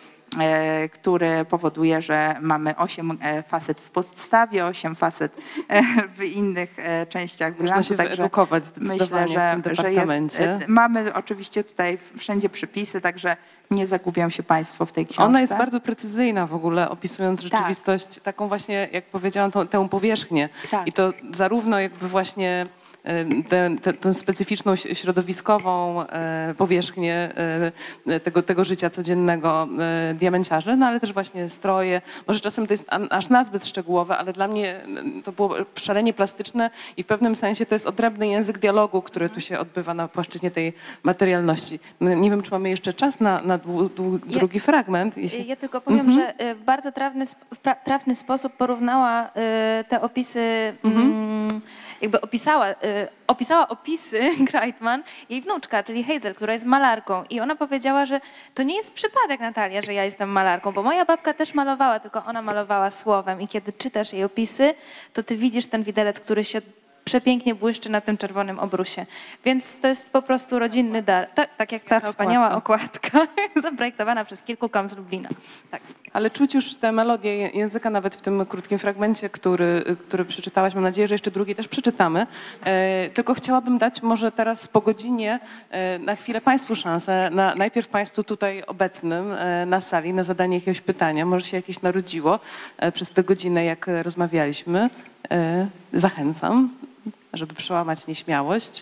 który powoduje, że mamy osiem facet w podstawie, osiem facet w innych częściach brylantu. Można się Także wyedukować zdecydowanie myślę, że, w tym że departamencie. jest, mamy oczywiście tutaj wszędzie przypisy, także nie zagubią się Państwo w tej książce. Ona jest bardzo precyzyjna w ogóle, opisując rzeczywistość, tak. Taką właśnie, jak powiedziałam, tą, tę powierzchnię. Tak. I to zarówno jakby właśnie tę, tę, tę specyficzną środowiskową powierzchnię tego, tego życia codziennego diamenciarzy, no ale też właśnie stroje. Może czasem to jest aż nazbyt szczegółowe, ale dla mnie to było szalenie plastyczne i w pewnym sensie to jest odrębny język dialogu, który tu się odbywa na płaszczyźnie tej materialności. Nie wiem, czy mamy jeszcze czas na, na dłu, dłu, drugi ja, fragment. Jeśli... Ja tylko powiem, mhm. że w bardzo trafny, w trafny sposób porównała te opisy, mhm. jakby opisała, opisała opisy Kreitman, jej wnuczka, czyli Hazel, która jest malarką. I ona powiedziała, że to nie jest przypadek, Natalia, że ja jestem malarką, bo moja babka też malowała, tylko ona malowała słowem. I kiedy czytasz jej opisy, to ty widzisz ten widelec, który się przepięknie błyszczy na tym czerwonym obrusie. Więc to jest po prostu rodzinny dar. Tak, tak jak ta okładka. wspaniała okładka zaprojektowana przez kilku z Lublina. Tak. Ale czuć już tę melodię języka nawet w tym krótkim fragmencie, który, który przeczytałaś. Mam nadzieję, że jeszcze drugi też przeczytamy. E, tylko chciałabym dać może teraz po godzinie e, na chwilę Państwu szansę. Na, najpierw Państwu tutaj obecnym e, na sali na zadanie jakiegoś pytania. Może się jakieś narodziło e, przez tę godzinę, jak rozmawialiśmy. E, zachęcam, żeby przełamać nieśmiałość.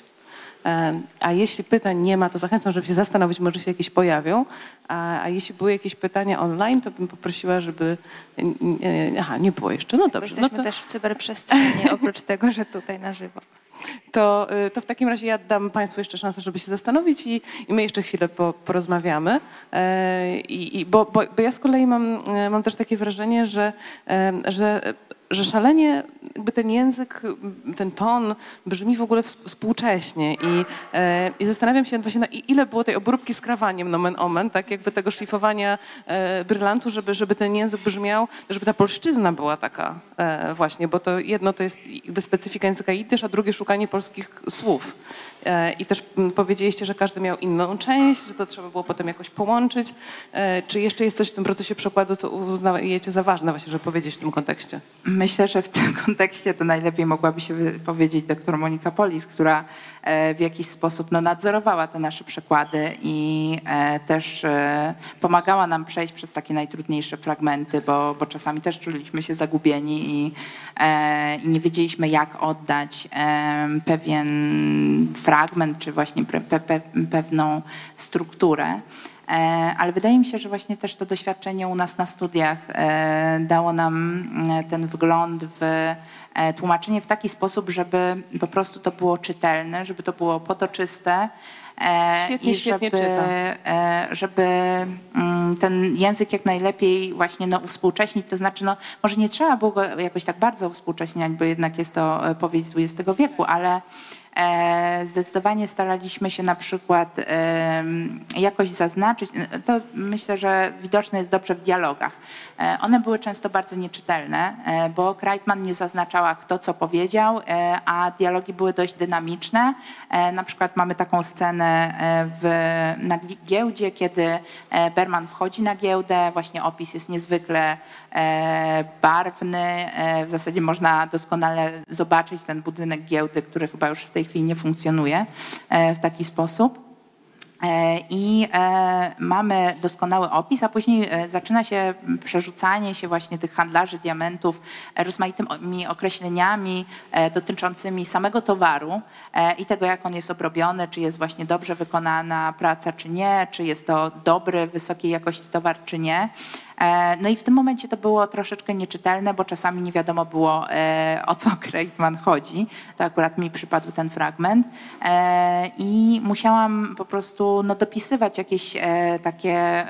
A jeśli pytań nie ma, to zachęcam, żeby się zastanowić, może się jakieś pojawią. A, a jeśli były jakieś pytania online, to bym poprosiła, żeby... Aha, nie było jeszcze. No dobrze. Jesteśmy no to... też w cyberprzestrzeni, oprócz tego, że tutaj na żywo. To, to w takim razie ja dam Państwu jeszcze szansę, żeby się zastanowić i, i my jeszcze chwilę po, porozmawiamy. E, i, bo, bo, bo ja z kolei mam, mam też takie wrażenie, że, e, że, że szalenie jakby ten język, ten ton brzmi w ogóle współcześnie i, e, i zastanawiam się właśnie, na ile było tej obróbki z krawaniem nomen omen, tak jakby tego szlifowania e, brylantu, żeby, żeby ten język brzmiał, żeby ta polszczyzna była taka e, właśnie, bo to jedno to jest jakby specyfika języka jidysz, a drugie szukanie polskich słów. E, I też powiedzieliście, że każdy miał inną część, że to trzeba było potem jakoś połączyć. E, czy jeszcze jest coś w tym procesie przekładu, co uznajecie za ważne właśnie, żeby powiedzieć w tym kontekście? Myślę, że w tym kontekście to najlepiej mogłaby się wypowiedzieć doktor Monika Polis, która w jakiś sposób no, nadzorowała te nasze przekłady i e, też e, pomagała nam przejść przez takie najtrudniejsze fragmenty, bo, bo czasami też czuliśmy się zagubieni i, e, i nie wiedzieliśmy, jak oddać e, pewien fragment, czy właśnie pe, pe, pewną strukturę. Ale wydaje mi się, że właśnie też to doświadczenie u nas na studiach dało nam ten wgląd w tłumaczenie w taki sposób, żeby po prostu to było czytelne, żeby to było potoczyste. Świetnie, i świetnie żeby, czyta. żeby ten język jak najlepiej właśnie no, uwspółcześnić, to znaczy no, może nie trzeba było go jakoś tak bardzo uwspółcześniać, bo jednak jest to powieść z dwudziestego wieku, ale Zdecydowanie staraliśmy się na przykład jakoś zaznaczyć, to myślę, że widoczne jest dobrze w dialogach. One były często bardzo nieczytelne, bo Kreitman nie zaznaczała, kto co powiedział, a dialogi były dość dynamiczne. Na przykład mamy taką scenę w, na giełdzie, kiedy Berman wchodzi na giełdę, właśnie opis jest niezwykle barwny, w zasadzie można doskonale zobaczyć ten budynek giełdy, który chyba już w tej chwili nie funkcjonuje w taki sposób. I mamy doskonały opis, a później zaczyna się przerzucanie się właśnie tych handlarzy diamentów rozmaitymi określeniami dotyczącymi samego towaru i tego, jak on jest obrobiony, czy jest właśnie dobrze wykonana praca, czy nie, czy jest to dobry, wysokiej jakości towar, czy nie. No i w tym momencie to było troszeczkę nieczytelne, bo czasami nie wiadomo było, o co Kreitman chodzi. To akurat mi przypadł ten fragment. I musiałam po prostu no, dopisywać jakieś takie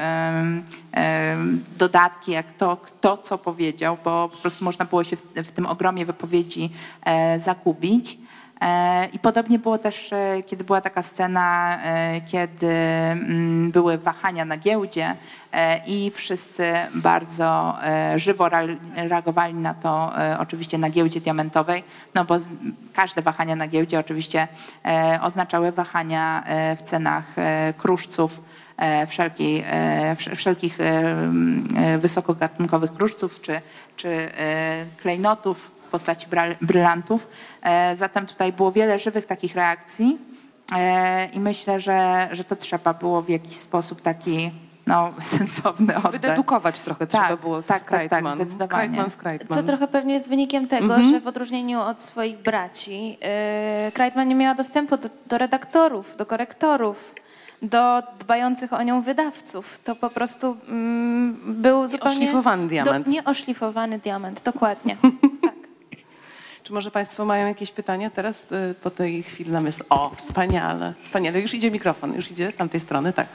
dodatki, jak to, kto co powiedział, bo po prostu można było się w, w tym ogromie wypowiedzi zagubić. I podobnie było też, kiedy była taka scena, kiedy były wahania na giełdzie i wszyscy bardzo żywo reagowali na to, oczywiście na giełdzie diamentowej, no bo każde wahania na giełdzie oczywiście oznaczały wahania w cenach kruszców, wszelkiej, wszelkich wysokogatunkowych kruszców czy, czy klejnotów w postaci brylantów. Zatem tutaj było wiele żywych takich reakcji i myślę, że, że to trzeba było w jakiś sposób taki no, sensowny oddać. Wydedukować trochę tak, trzeba było z tak, Kreitman. Tak, tak, zdecydowanie. Kreitman z Kreitman. Co trochę pewnie jest wynikiem tego, mm-hmm. że w odróżnieniu od swoich braci yy, Kreitman nie miała dostępu do, do redaktorów, do korektorów, do dbających o nią wydawców. To po prostu mm, był zupełnie... Oszlifowany diament. Do, nieoszlifowany diament, dokładnie. Tak. Czy może Państwo mają jakieś pytania teraz y, po tej chwili na myśl? O, wspaniale, wspaniale. Już idzie mikrofon, już idzie tamtej strony, tak.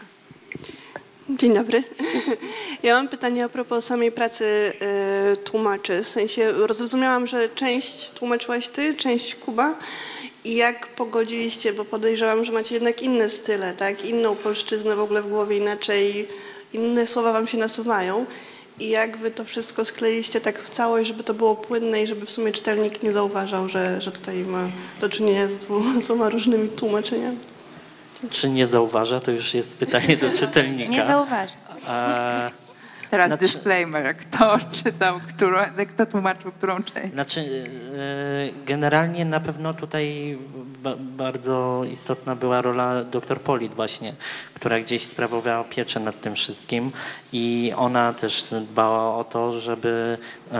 Dzień dobry. Ja mam pytanie a propos samej pracy y, tłumaczy. W sensie zrozumiałam, że część tłumaczyłaś ty, część Kuba. I jak pogodziliście, bo podejrzewam, że macie jednak inne style, tak? Inną polszczyznę w ogóle w głowie, inaczej inne słowa wam się nasuwają. I jak wy to wszystko skleiliście tak w całość, żeby to było płynne i żeby w sumie czytelnik nie zauważał, że, że tutaj ma do czynienia z dwoma różnymi tłumaczeniami? Czy nie zauważa? To już jest pytanie do czytelnika. Nie zauważa. A... Teraz Znaczy, disclaimer, kto czytał, którą, kto tłumaczył którą część. Znaczy, generalnie na pewno tutaj bardzo istotna była rola doktor Polit właśnie, która gdzieś sprawowała pieczę nad tym wszystkim i ona też dbała o to, żeby,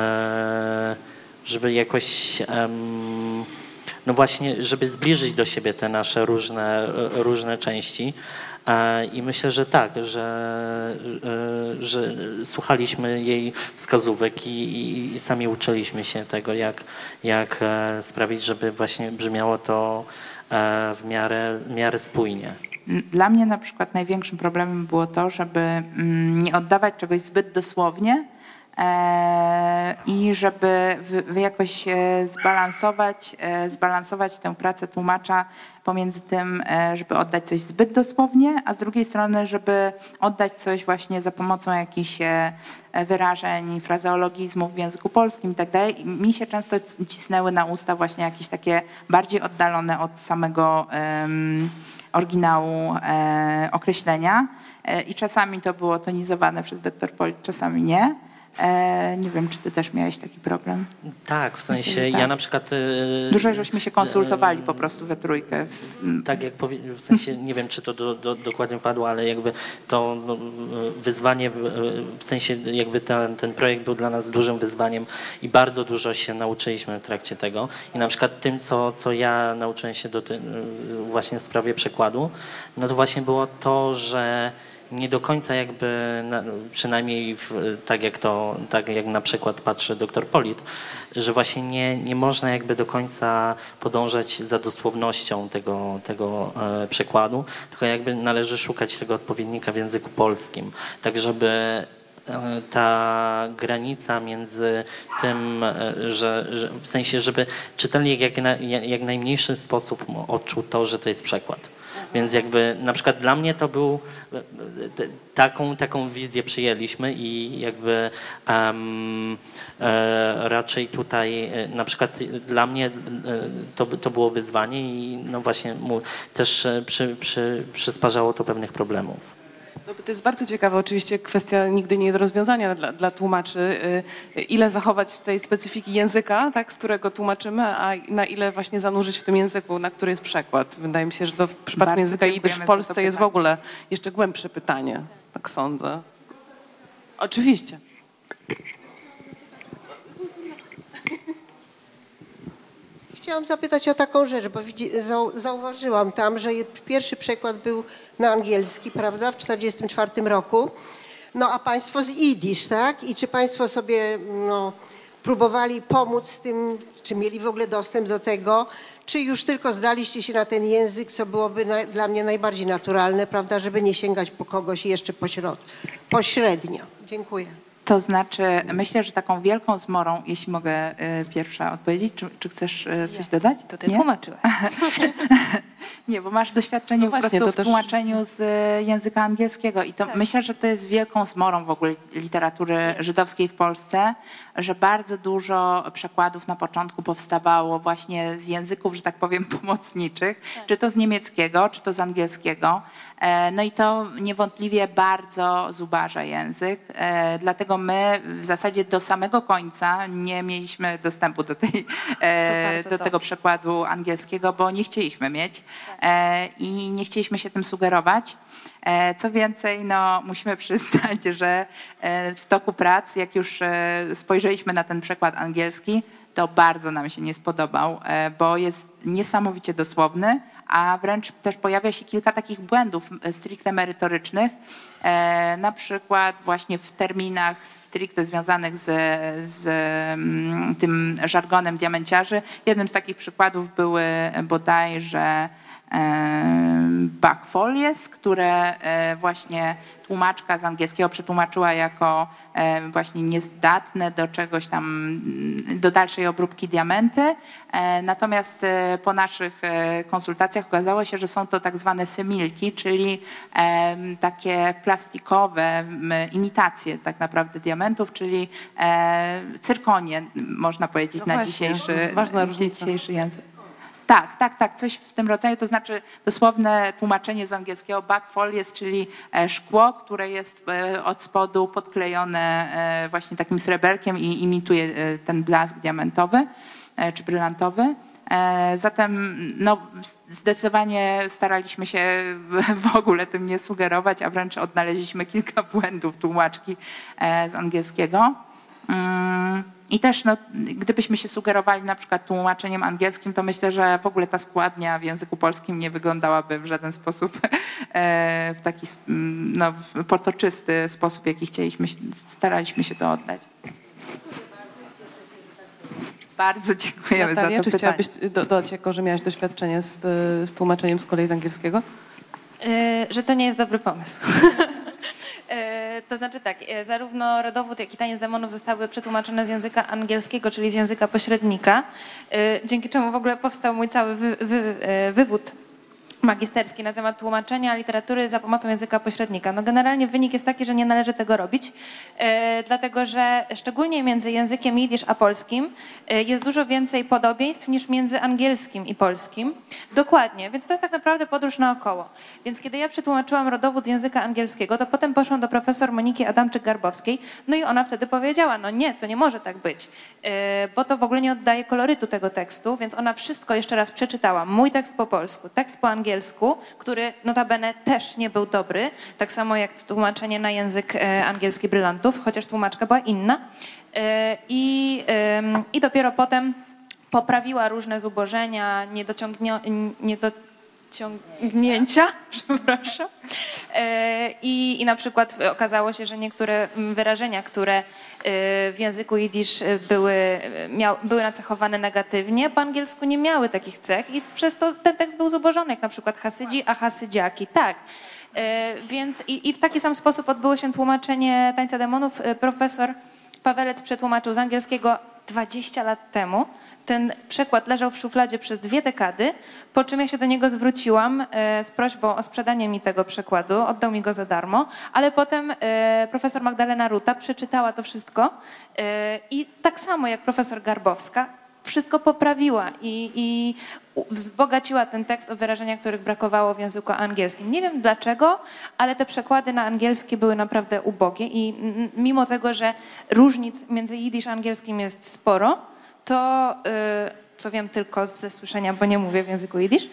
żeby jakoś no właśnie, żeby zbliżyć do siebie te nasze różne, różne części. I myślę, że tak, że, że słuchaliśmy jej wskazówek i, i, i sami uczyliśmy się tego, jak, jak sprawić, żeby właśnie brzmiało to w miarę, w miarę spójnie. Dla mnie na przykład największym problemem było to, żeby nie oddawać czegoś zbyt dosłownie i żeby jakoś zbalansować, zbalansować tę pracę tłumacza pomiędzy tym, żeby oddać coś zbyt dosłownie, a z drugiej strony, żeby oddać coś właśnie za pomocą jakichś wyrażeń, frazeologizmów w języku polskim i tak dalej. Mi się często cisnęły na usta właśnie jakieś takie bardziej oddalone od samego um, oryginału e, określenia e, i czasami to było tonizowane przez doktor Polit, czasami nie. E, nie wiem, czy ty też miałeś taki problem? Tak, w sensie Myślę, tak. ja na przykład... E, Dużo żeśmy się konsultowali e, po prostu we trójkę. Tak jak powie, w sensie, nie wiem, czy to do, do, dokładnie padło, ale jakby to no, wyzwanie, w sensie jakby ten, ten projekt był dla nas dużym wyzwaniem i bardzo dużo się nauczyliśmy w trakcie tego. I na przykład tym, co, co ja nauczyłem się do ty, właśnie w sprawie przekładu, no to właśnie było to, że nie do końca jakby, przynajmniej w, tak jak to, tak jak na przykład patrzy doktor Polit, że właśnie nie, nie można jakby do końca podążać za dosłownością tego, tego e, przekładu, tylko jakby należy szukać tego odpowiednika w języku polskim, tak żeby ta granica między tym, że, że w sensie, żeby czytelnik jak, na, jak najmniejszy sposób odczuł to, że to jest przekład. Więc jakby na przykład dla mnie to był, taką, taką wizję przyjęliśmy i jakby um, e, raczej tutaj na przykład dla mnie to, to było wyzwanie i no właśnie mu też przy, przy, przysparzało to pewnych problemów. No, to jest bardzo ciekawa oczywiście kwestia nigdy nie do rozwiązania dla, dla tłumaczy. Ile zachować z tej specyfiki języka, tak, z którego tłumaczymy, a na ile właśnie zanurzyć w tym języku, na który jest przekład. Wydaje mi się, że to w przypadku bardzo języka jidysz w Polsce jest w ogóle jeszcze głębsze pytanie. Tak sądzę. Oczywiście. Chciałam zapytać o taką rzecz, bo zauważyłam tam, że pierwszy przekład był na angielski, prawda, w czterdziestym czwartym roku, no a państwo z jidysz, tak? I czy państwo sobie no, próbowali pomóc z tym, czy mieli w ogóle dostęp do tego, czy już tylko zdaliście się na ten język, co byłoby na, dla mnie najbardziej naturalne, prawda, żeby nie sięgać po kogoś jeszcze pośrod, pośrednio. Dziękuję. To znaczy, myślę, że taką wielką zmorą, jeśli mogę y, pierwsza odpowiedzieć, czy, czy chcesz y, coś Nie, dodać? To ty Nie? tłumaczyłaś. Nie, bo masz doświadczenie No po właśnie, prostu to w też- tłumaczeniu z y, języka angielskiego i to Tak. myślę, że to jest wielką zmorą w ogóle literatury żydowskiej w Polsce, że bardzo dużo przekładów na początku powstawało właśnie z języków, że tak powiem, pomocniczych, czy to z niemieckiego, czy to z angielskiego. E, No i to niewątpliwie bardzo zubaża język, e, dlatego my w zasadzie do samego końca nie mieliśmy dostępu do, tej, e, bardzo do tego dobrze. przekładu angielskiego, bo nie chcieliśmy mieć e, i nie chcieliśmy się tym sugerować. E, Co więcej, no, musimy przyznać, że e, w toku prac, jak już e, spojrzeliśmy na ten przekład angielski, to bardzo nam się nie spodobał, e, bo jest niesamowicie dosłowny, a wręcz też pojawia się kilka takich błędów e, stricte merytorycznych, e, na przykład właśnie w terminach stricte związanych z, z mm, tym żargonem diamenciarzy. Jednym z takich przykładów były bodajże backfolies, które e, właśnie tłumaczka z angielskiego przetłumaczyła jako e, właśnie niezdatne do czegoś tam, mm, do dalszej obróbki diamenty. E, Natomiast e, po naszych e, konsultacjach okazało się, że są to tak zwane symilki, czyli e, takie plastikowe m, imitacje tak naprawdę diamentów, czyli e, cyrkonie, można powiedzieć, No na właśnie, dzisiejszy, ważna różnica. dzisiejszy język. Tak, tak, tak, coś w tym rodzaju, to znaczy dosłowne tłumaczenie z angielskiego backfolies, czyli e, szkło, które jest e, od spodu podklejone e, właśnie takim sreberkiem i imituje e, ten blask diamentowy e, czy brylantowy. E, Zatem no, zdecydowanie staraliśmy się w ogóle tym nie sugerować, a wręcz odnaleźliśmy kilka błędów tłumaczki e, z angielskiego. Mm. I też no, gdybyśmy się sugerowali na przykład tłumaczeniem angielskim, to myślę, że w ogóle ta składnia w języku polskim nie wyglądałaby w żaden sposób e, w taki no, potoczysty sposób, jaki chcieliśmy, staraliśmy się to oddać. Bardzo dziękujemy Natalia, za to czy pytanie. chciałabyś dodać, jako że miałaś doświadczenie z, z tłumaczeniem z kolei z angielskiego? Yy, że to nie jest dobry pomysł. Yy, to znaczy tak, yy, zarówno Rodowód, jak i Taniec demonów zostały przetłumaczone z języka angielskiego, czyli z języka pośrednika, yy, dzięki czemu w ogóle powstał mój cały wy, wy, yy, wywód magisterski na temat tłumaczenia literatury za pomocą języka pośrednika. No generalnie wynik jest taki, że nie należy tego robić, e, dlatego że szczególnie między językiem jidysz a polskim e, jest dużo więcej podobieństw niż między angielskim i polskim. Dokładnie, więc to jest tak naprawdę podróż naokoło. Więc kiedy ja przetłumaczyłam Rodowód z języka angielskiego, to potem poszłam do profesor Moniki Adamczyk-Garbowskiej, no i ona wtedy powiedziała, no nie, to nie może tak być, e, bo to w ogóle nie oddaje kolorytu tego tekstu, więc ona wszystko jeszcze raz przeczytała. Mój tekst po polsku, tekst po angielsku, który notabene też nie był dobry, tak samo jak tłumaczenie na język e, angielski brylantów, chociaż tłumaczka była inna. E, i, e, I dopiero potem poprawiła różne zubożenia, niedociągnięcia, niedociągnięcia, przepraszam. E, i, I na przykład okazało się, że niektóre wyrażenia, które w języku jidysz były, miał, były nacechowane negatywnie, po angielsku nie miały takich cech i przez to ten tekst był zubożony, jak na przykład hasydzi, a hasydziaki. Tak. Więc i, i w taki sam sposób odbyło się tłumaczenie Tańca Demonów. Profesor Pawelec przetłumaczył z angielskiego dwadzieścia lat temu. Ten przekład leżał w szufladzie przez dwie dekady, po czym ja się do niego zwróciłam z prośbą o sprzedanie mi tego przekładu. Oddał mi go za darmo, ale potem profesor Magdalena Ruta przeczytała to wszystko i tak samo jak profesor Garbowska wszystko poprawiła i, i wzbogaciła ten tekst o wyrażenia, których brakowało w języku angielskim. Nie wiem dlaczego, ale te przekłady na angielski były naprawdę ubogie i mimo tego, że różnic między jidysz a angielskim jest sporo, to, co wiem tylko ze słyszenia, bo nie mówię w języku jidysz,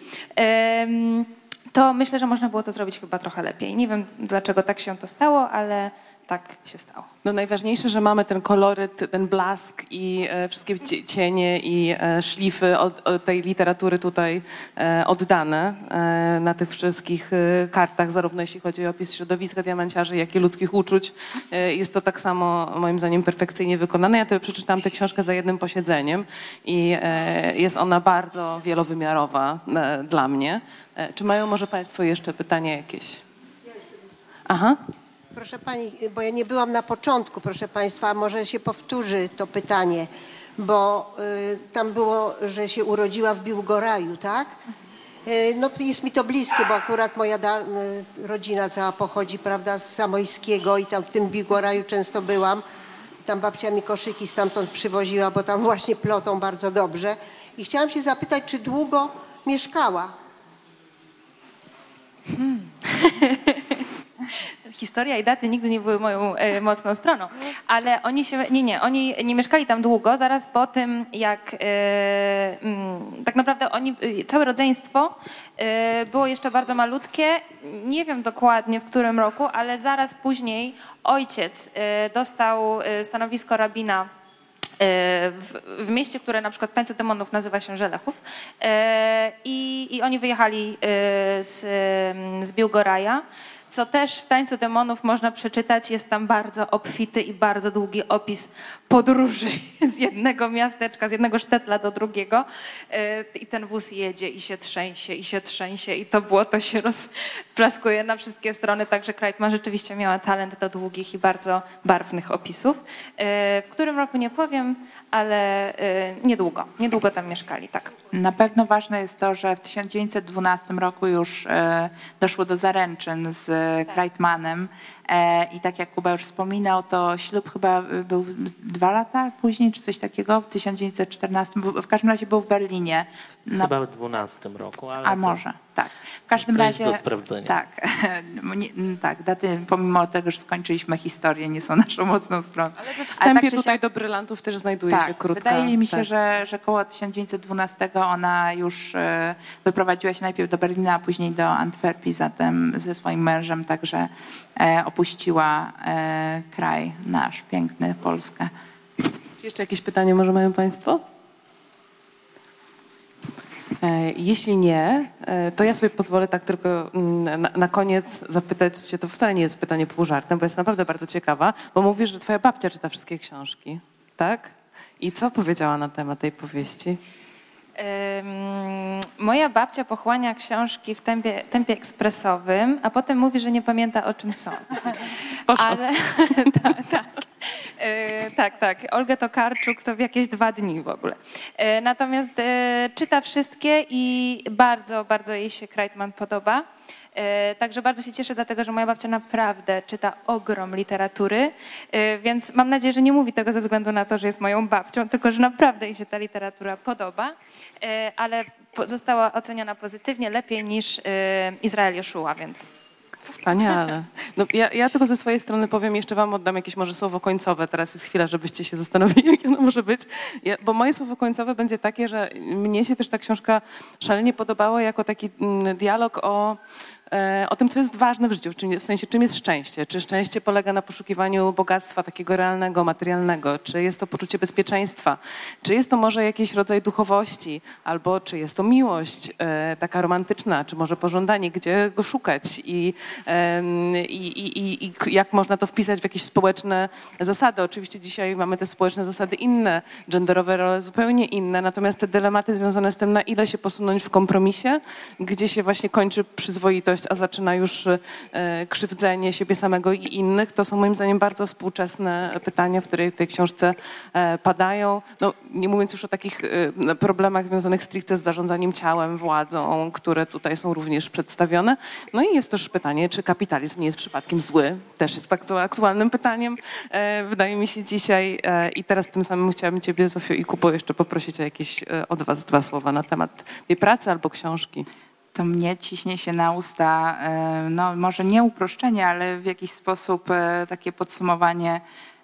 to myślę, że można było to zrobić chyba trochę lepiej. Nie wiem, dlaczego tak się to stało, ale tak się stało. No najważniejsze, że mamy ten koloryt, ten blask i e, wszystkie cienie i e, szlify od, od tej literatury tutaj e, oddane e, na tych wszystkich e, kartach, zarówno jeśli chodzi o opis środowiska diamanciarzy, jak i ludzkich uczuć. E, jest to tak samo moim zdaniem perfekcyjnie wykonane. Ja to przeczytałam tę książkę za jednym posiedzeniem i e, jest ona bardzo wielowymiarowa e, dla mnie. E, czy mają może Państwo jeszcze pytania jakieś? Aha. Proszę pani, bo ja nie byłam na początku, proszę państwa, a może się powtórzy to pytanie, bo y, tam było, że się urodziła w Biłgoraju, tak? Y, no jest mi to bliskie, bo akurat moja da, y, rodzina cała pochodzi, prawda, z Zamojskiego i tam w tym Biłgoraju często byłam. Tam babcia mi koszyki stamtąd przywoziła, bo tam właśnie plotą bardzo dobrze. I chciałam się zapytać, czy długo mieszkała? Hmm. Historia i daty nigdy nie były moją e, mocną stroną, ale oni się, nie, nie, oni nie mieszkali tam długo, zaraz po tym jak e, m, tak naprawdę oni, całe rodzeństwo e, było jeszcze bardzo malutkie, nie wiem dokładnie w którym roku, ale zaraz później ojciec e, dostał stanowisko rabina W, w mieście, które na przykład w Tańcu Demonów nazywa się Żelechów i, i oni wyjechali z, z Biłgoraja, co też w Tańcu Demonów można przeczytać. Jest tam bardzo obfity i bardzo długi opis podróży z jednego miasteczka, z jednego sztetla do drugiego i ten wóz jedzie i się trzęsie, i się trzęsie i to błoto się rozplaskuje na wszystkie strony, także Kreitman rzeczywiście miała talent do długich i bardzo barwnych opisów. W którym roku nie powiem, ale niedługo, niedługo tam mieszkali, tak. Na pewno ważne jest to, że w tysiąc dziewięćset dwunastym roku już doszło do zaręczyn z Kreitmanem i tak jak Kuba już wspominał, to ślub chyba był dwa lata później, czy coś takiego, w tysiąc dziewięćset czternastym, w każdym razie był w Berlinie. Na... Chyba w dwunastym roku, ale A może, tak. W każdym to razie... jest do sprawdzenia. Tak, nie, tak, daty pomimo tego, że skończyliśmy historię, nie są naszą mocną stroną. Ale we wstępie tak, tutaj się... do brylantów też znajduje tak, się krótka... wydaje mi się, tak. że, że koło tysiąc dziewięćset dwunastego ona już e, wyprowadziła się najpierw do Berlina, a później do Antwerpii, zatem ze swoim mężem także e, opuściła e, kraj nasz, piękny, Polskę. Czy jeszcze jakieś pytanie może mają Państwo? Jeśli nie, to ja sobie pozwolę tak tylko na, na koniec zapytać cię, to wcale nie jest pytanie pół żartem, bo jest naprawdę bardzo ciekawa, bo mówisz, że twoja babcia czyta wszystkie książki, tak? I co powiedziała na temat tej powieści? Um, moja babcia pochłania książki w tempie, tempie ekspresowym, a potem mówi, że nie pamięta, o czym są. Ale tak, tak. E, tak, tak. Olga Tokarczuk to w jakieś dwa dni w ogóle. E, natomiast e, czyta wszystkie i bardzo, bardzo jej się Kreitman podoba. E, także bardzo się cieszę, dlatego że moja babcia naprawdę czyta ogrom literatury, e, więc mam nadzieję, że nie mówi tego ze względu na to, że jest moją babcią, tylko że naprawdę jej się ta literatura podoba, e, ale po, została oceniona pozytywnie, lepiej niż e, Izrael Joszua, więc... Wspaniale. No, ja, ja tylko ze swojej strony powiem, jeszcze wam oddam jakieś może słowo końcowe. Teraz jest chwila, żebyście się zastanowili, jakie ono może być. Ja, bo moje słowo końcowe będzie takie, że mnie się też ta książka szalenie podobała jako taki mm, dialog o, e, o tym, co jest ważne w życiu. W sensie, czym jest szczęście. Czy szczęście polega na poszukiwaniu bogactwa takiego realnego, materialnego? Czy jest to poczucie bezpieczeństwa? Czy jest to może jakiś rodzaj duchowości? Albo czy jest to miłość e, taka romantyczna? Czy może pożądanie? Gdzie go szukać? I I, i, i, i jak można to wpisać w jakieś społeczne zasady. Oczywiście dzisiaj mamy te społeczne zasady inne, genderowe role zupełnie inne, natomiast te dylematy związane z tym, na ile się posunąć w kompromisie, gdzie się właśnie kończy przyzwoitość litość, a zaczyna już e, krzywdzenie siebie samego i innych. To są moim zdaniem bardzo współczesne pytania, w której w tej książce e, padają. No, nie mówiąc już o takich e, problemach związanych stricte z zarządzaniem ciałem, władzą, które tutaj są również przedstawione. No i jest też pytanie, czy kapitalizm nie jest przypadkiem zły. Też jest aktualnym pytaniem, e, wydaje mi się dzisiaj. E, I teraz tym samym chciałabym ciebie, Zofio i Kubo, jeszcze poprosić o jakieś e, od was dwa słowa na temat tej pracy albo książki. To mnie ciśnie się na usta, no może nie uproszczenie, ale w jakiś sposób takie podsumowanie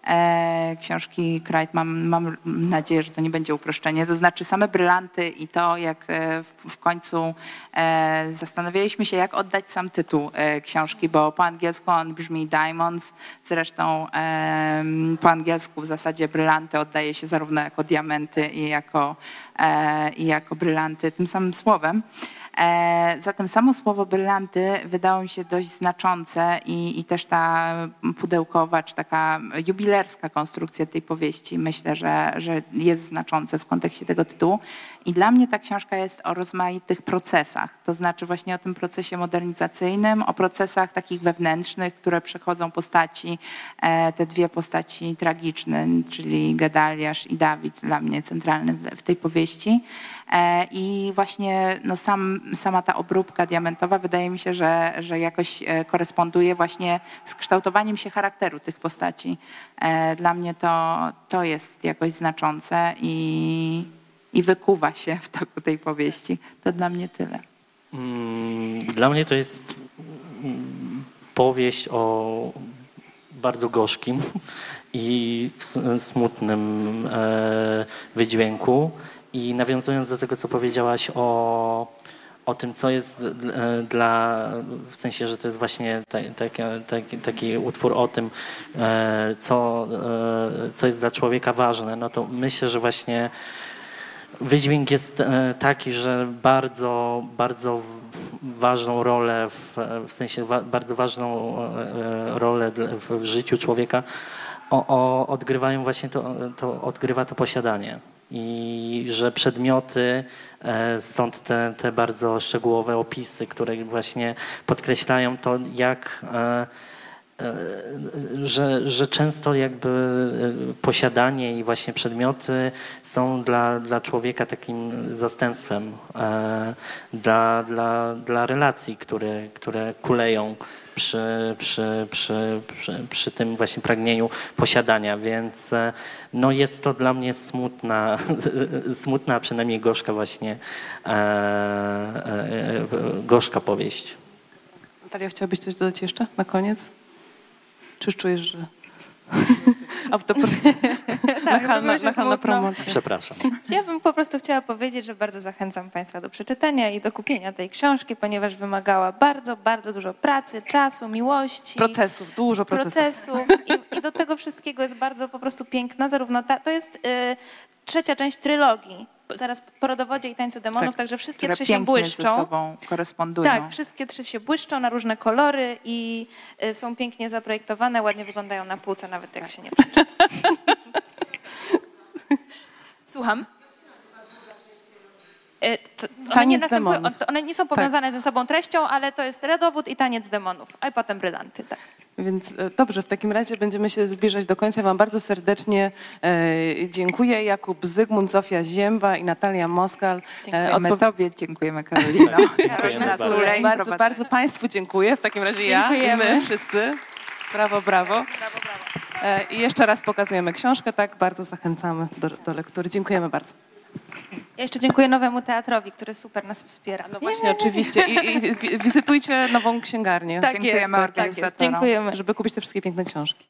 książki Kreit. Mam, mam nadzieję, że to nie będzie uproszczenie. To znaczy same brylanty i to, jak w końcu zastanawialiśmy się, jak oddać sam tytuł książki, bo po angielsku on brzmi Diamonds. Zresztą po angielsku w zasadzie brylanty oddaje się zarówno jako diamenty i jako, i jako brylanty tym samym słowem. Zatem samo słowo brylanty wydało mi się dość znaczące i, i też ta pudełkowa, czy taka jubilerska konstrukcja tej powieści, myślę, że, że jest znaczące w kontekście tego tytułu. I dla mnie ta książka jest o rozmaitych procesach, to znaczy właśnie o tym procesie modernizacyjnym, o procesach takich wewnętrznych, które przechodzą postaci, te dwie postaci tragiczne, czyli Gedaliasz i Dawid, dla mnie centralny w tej powieści. I właśnie no sam, sama ta obróbka diamentowa wydaje mi się, że, że jakoś koresponduje właśnie z kształtowaniem się charakteru tych postaci. Dla mnie to, to jest jakoś znaczące i, i wykuwa się w toku tej powieści. To dla mnie tyle. Dla mnie to jest powieść o bardzo gorzkim i smutnym wydźwięku. I nawiązując do tego, co powiedziałaś o, o tym, co jest dla, w sensie, że to jest właśnie taki, taki, taki utwór o tym, co, co jest dla człowieka ważne, no to myślę, że właśnie wydźwięk jest taki, że bardzo, bardzo ważną rolę, w, w sensie wa, bardzo ważną rolę w życiu człowieka o, o, odgrywają właśnie to, to, odgrywa to posiadanie. I że przedmioty, stąd te, te bardzo szczegółowe opisy, które właśnie podkreślają to, jak, że, że często jakby posiadanie i właśnie przedmioty są dla, dla człowieka takim zastępstwem, dla, dla, dla relacji, które, które kuleją Przy, przy, przy, przy, przy tym właśnie pragnieniu posiadania, więc no jest to dla mnie smutna, smutna, a przynajmniej gorzka właśnie, e, e, gorzka powieść. Natalia, chciałabyś coś dodać jeszcze na koniec? Czy już czujesz, że... Autopro... tak, nachalna, nachalna promocja. Przepraszam. Ja bym po prostu chciała powiedzieć, że bardzo zachęcam Państwa do przeczytania i do kupienia tej książki, ponieważ wymagała bardzo, bardzo dużo pracy, czasu, miłości. Procesów, dużo procesów. procesów i, i do tego wszystkiego jest bardzo po prostu piękna. Zarówno ta, to jest y, trzecia część trylogii, zaraz po Rodowodzie i Tańcu Demonów, tak, także wszystkie które trzy się błyszczą. ze sobą korespondują. Tak, wszystkie trzy się błyszczą na różne kolory i y, są pięknie zaprojektowane, ładnie wyglądają na półce, nawet jak się nie przeczyta. Słucham? Y, to, one, nie demonów. one nie są powiązane tak. ze sobą treścią, ale to jest Rodowód i Taniec Demonów, a potem Brylanty. Tak. Więc dobrze, w takim razie będziemy się zbliżać do końca. Wam bardzo serdecznie e, dziękuję. Jakub Zygmunt, Zofia Zięba i Natalia Moskal. Dziękujemy e, Tobie, dziękujemy Karolino. Dziękujemy bardzo. Bardzo, bardzo Państwu dziękuję. W takim razie dziękujemy. ja i my wszyscy. Brawo, brawo. brawo, brawo. E, I jeszcze raz pokazujemy książkę. Tak, bardzo zachęcamy do, do lektury. Dziękujemy bardzo. Ja jeszcze dziękuję Nowemu Teatrowi, który super nas wspiera. No właśnie, oczywiście. I, i wizytujcie nową księgarnię. Tak Dziękujemy jest, tak jest. organizatorom. Dziękujemy. Żeby kupić te wszystkie piękne książki.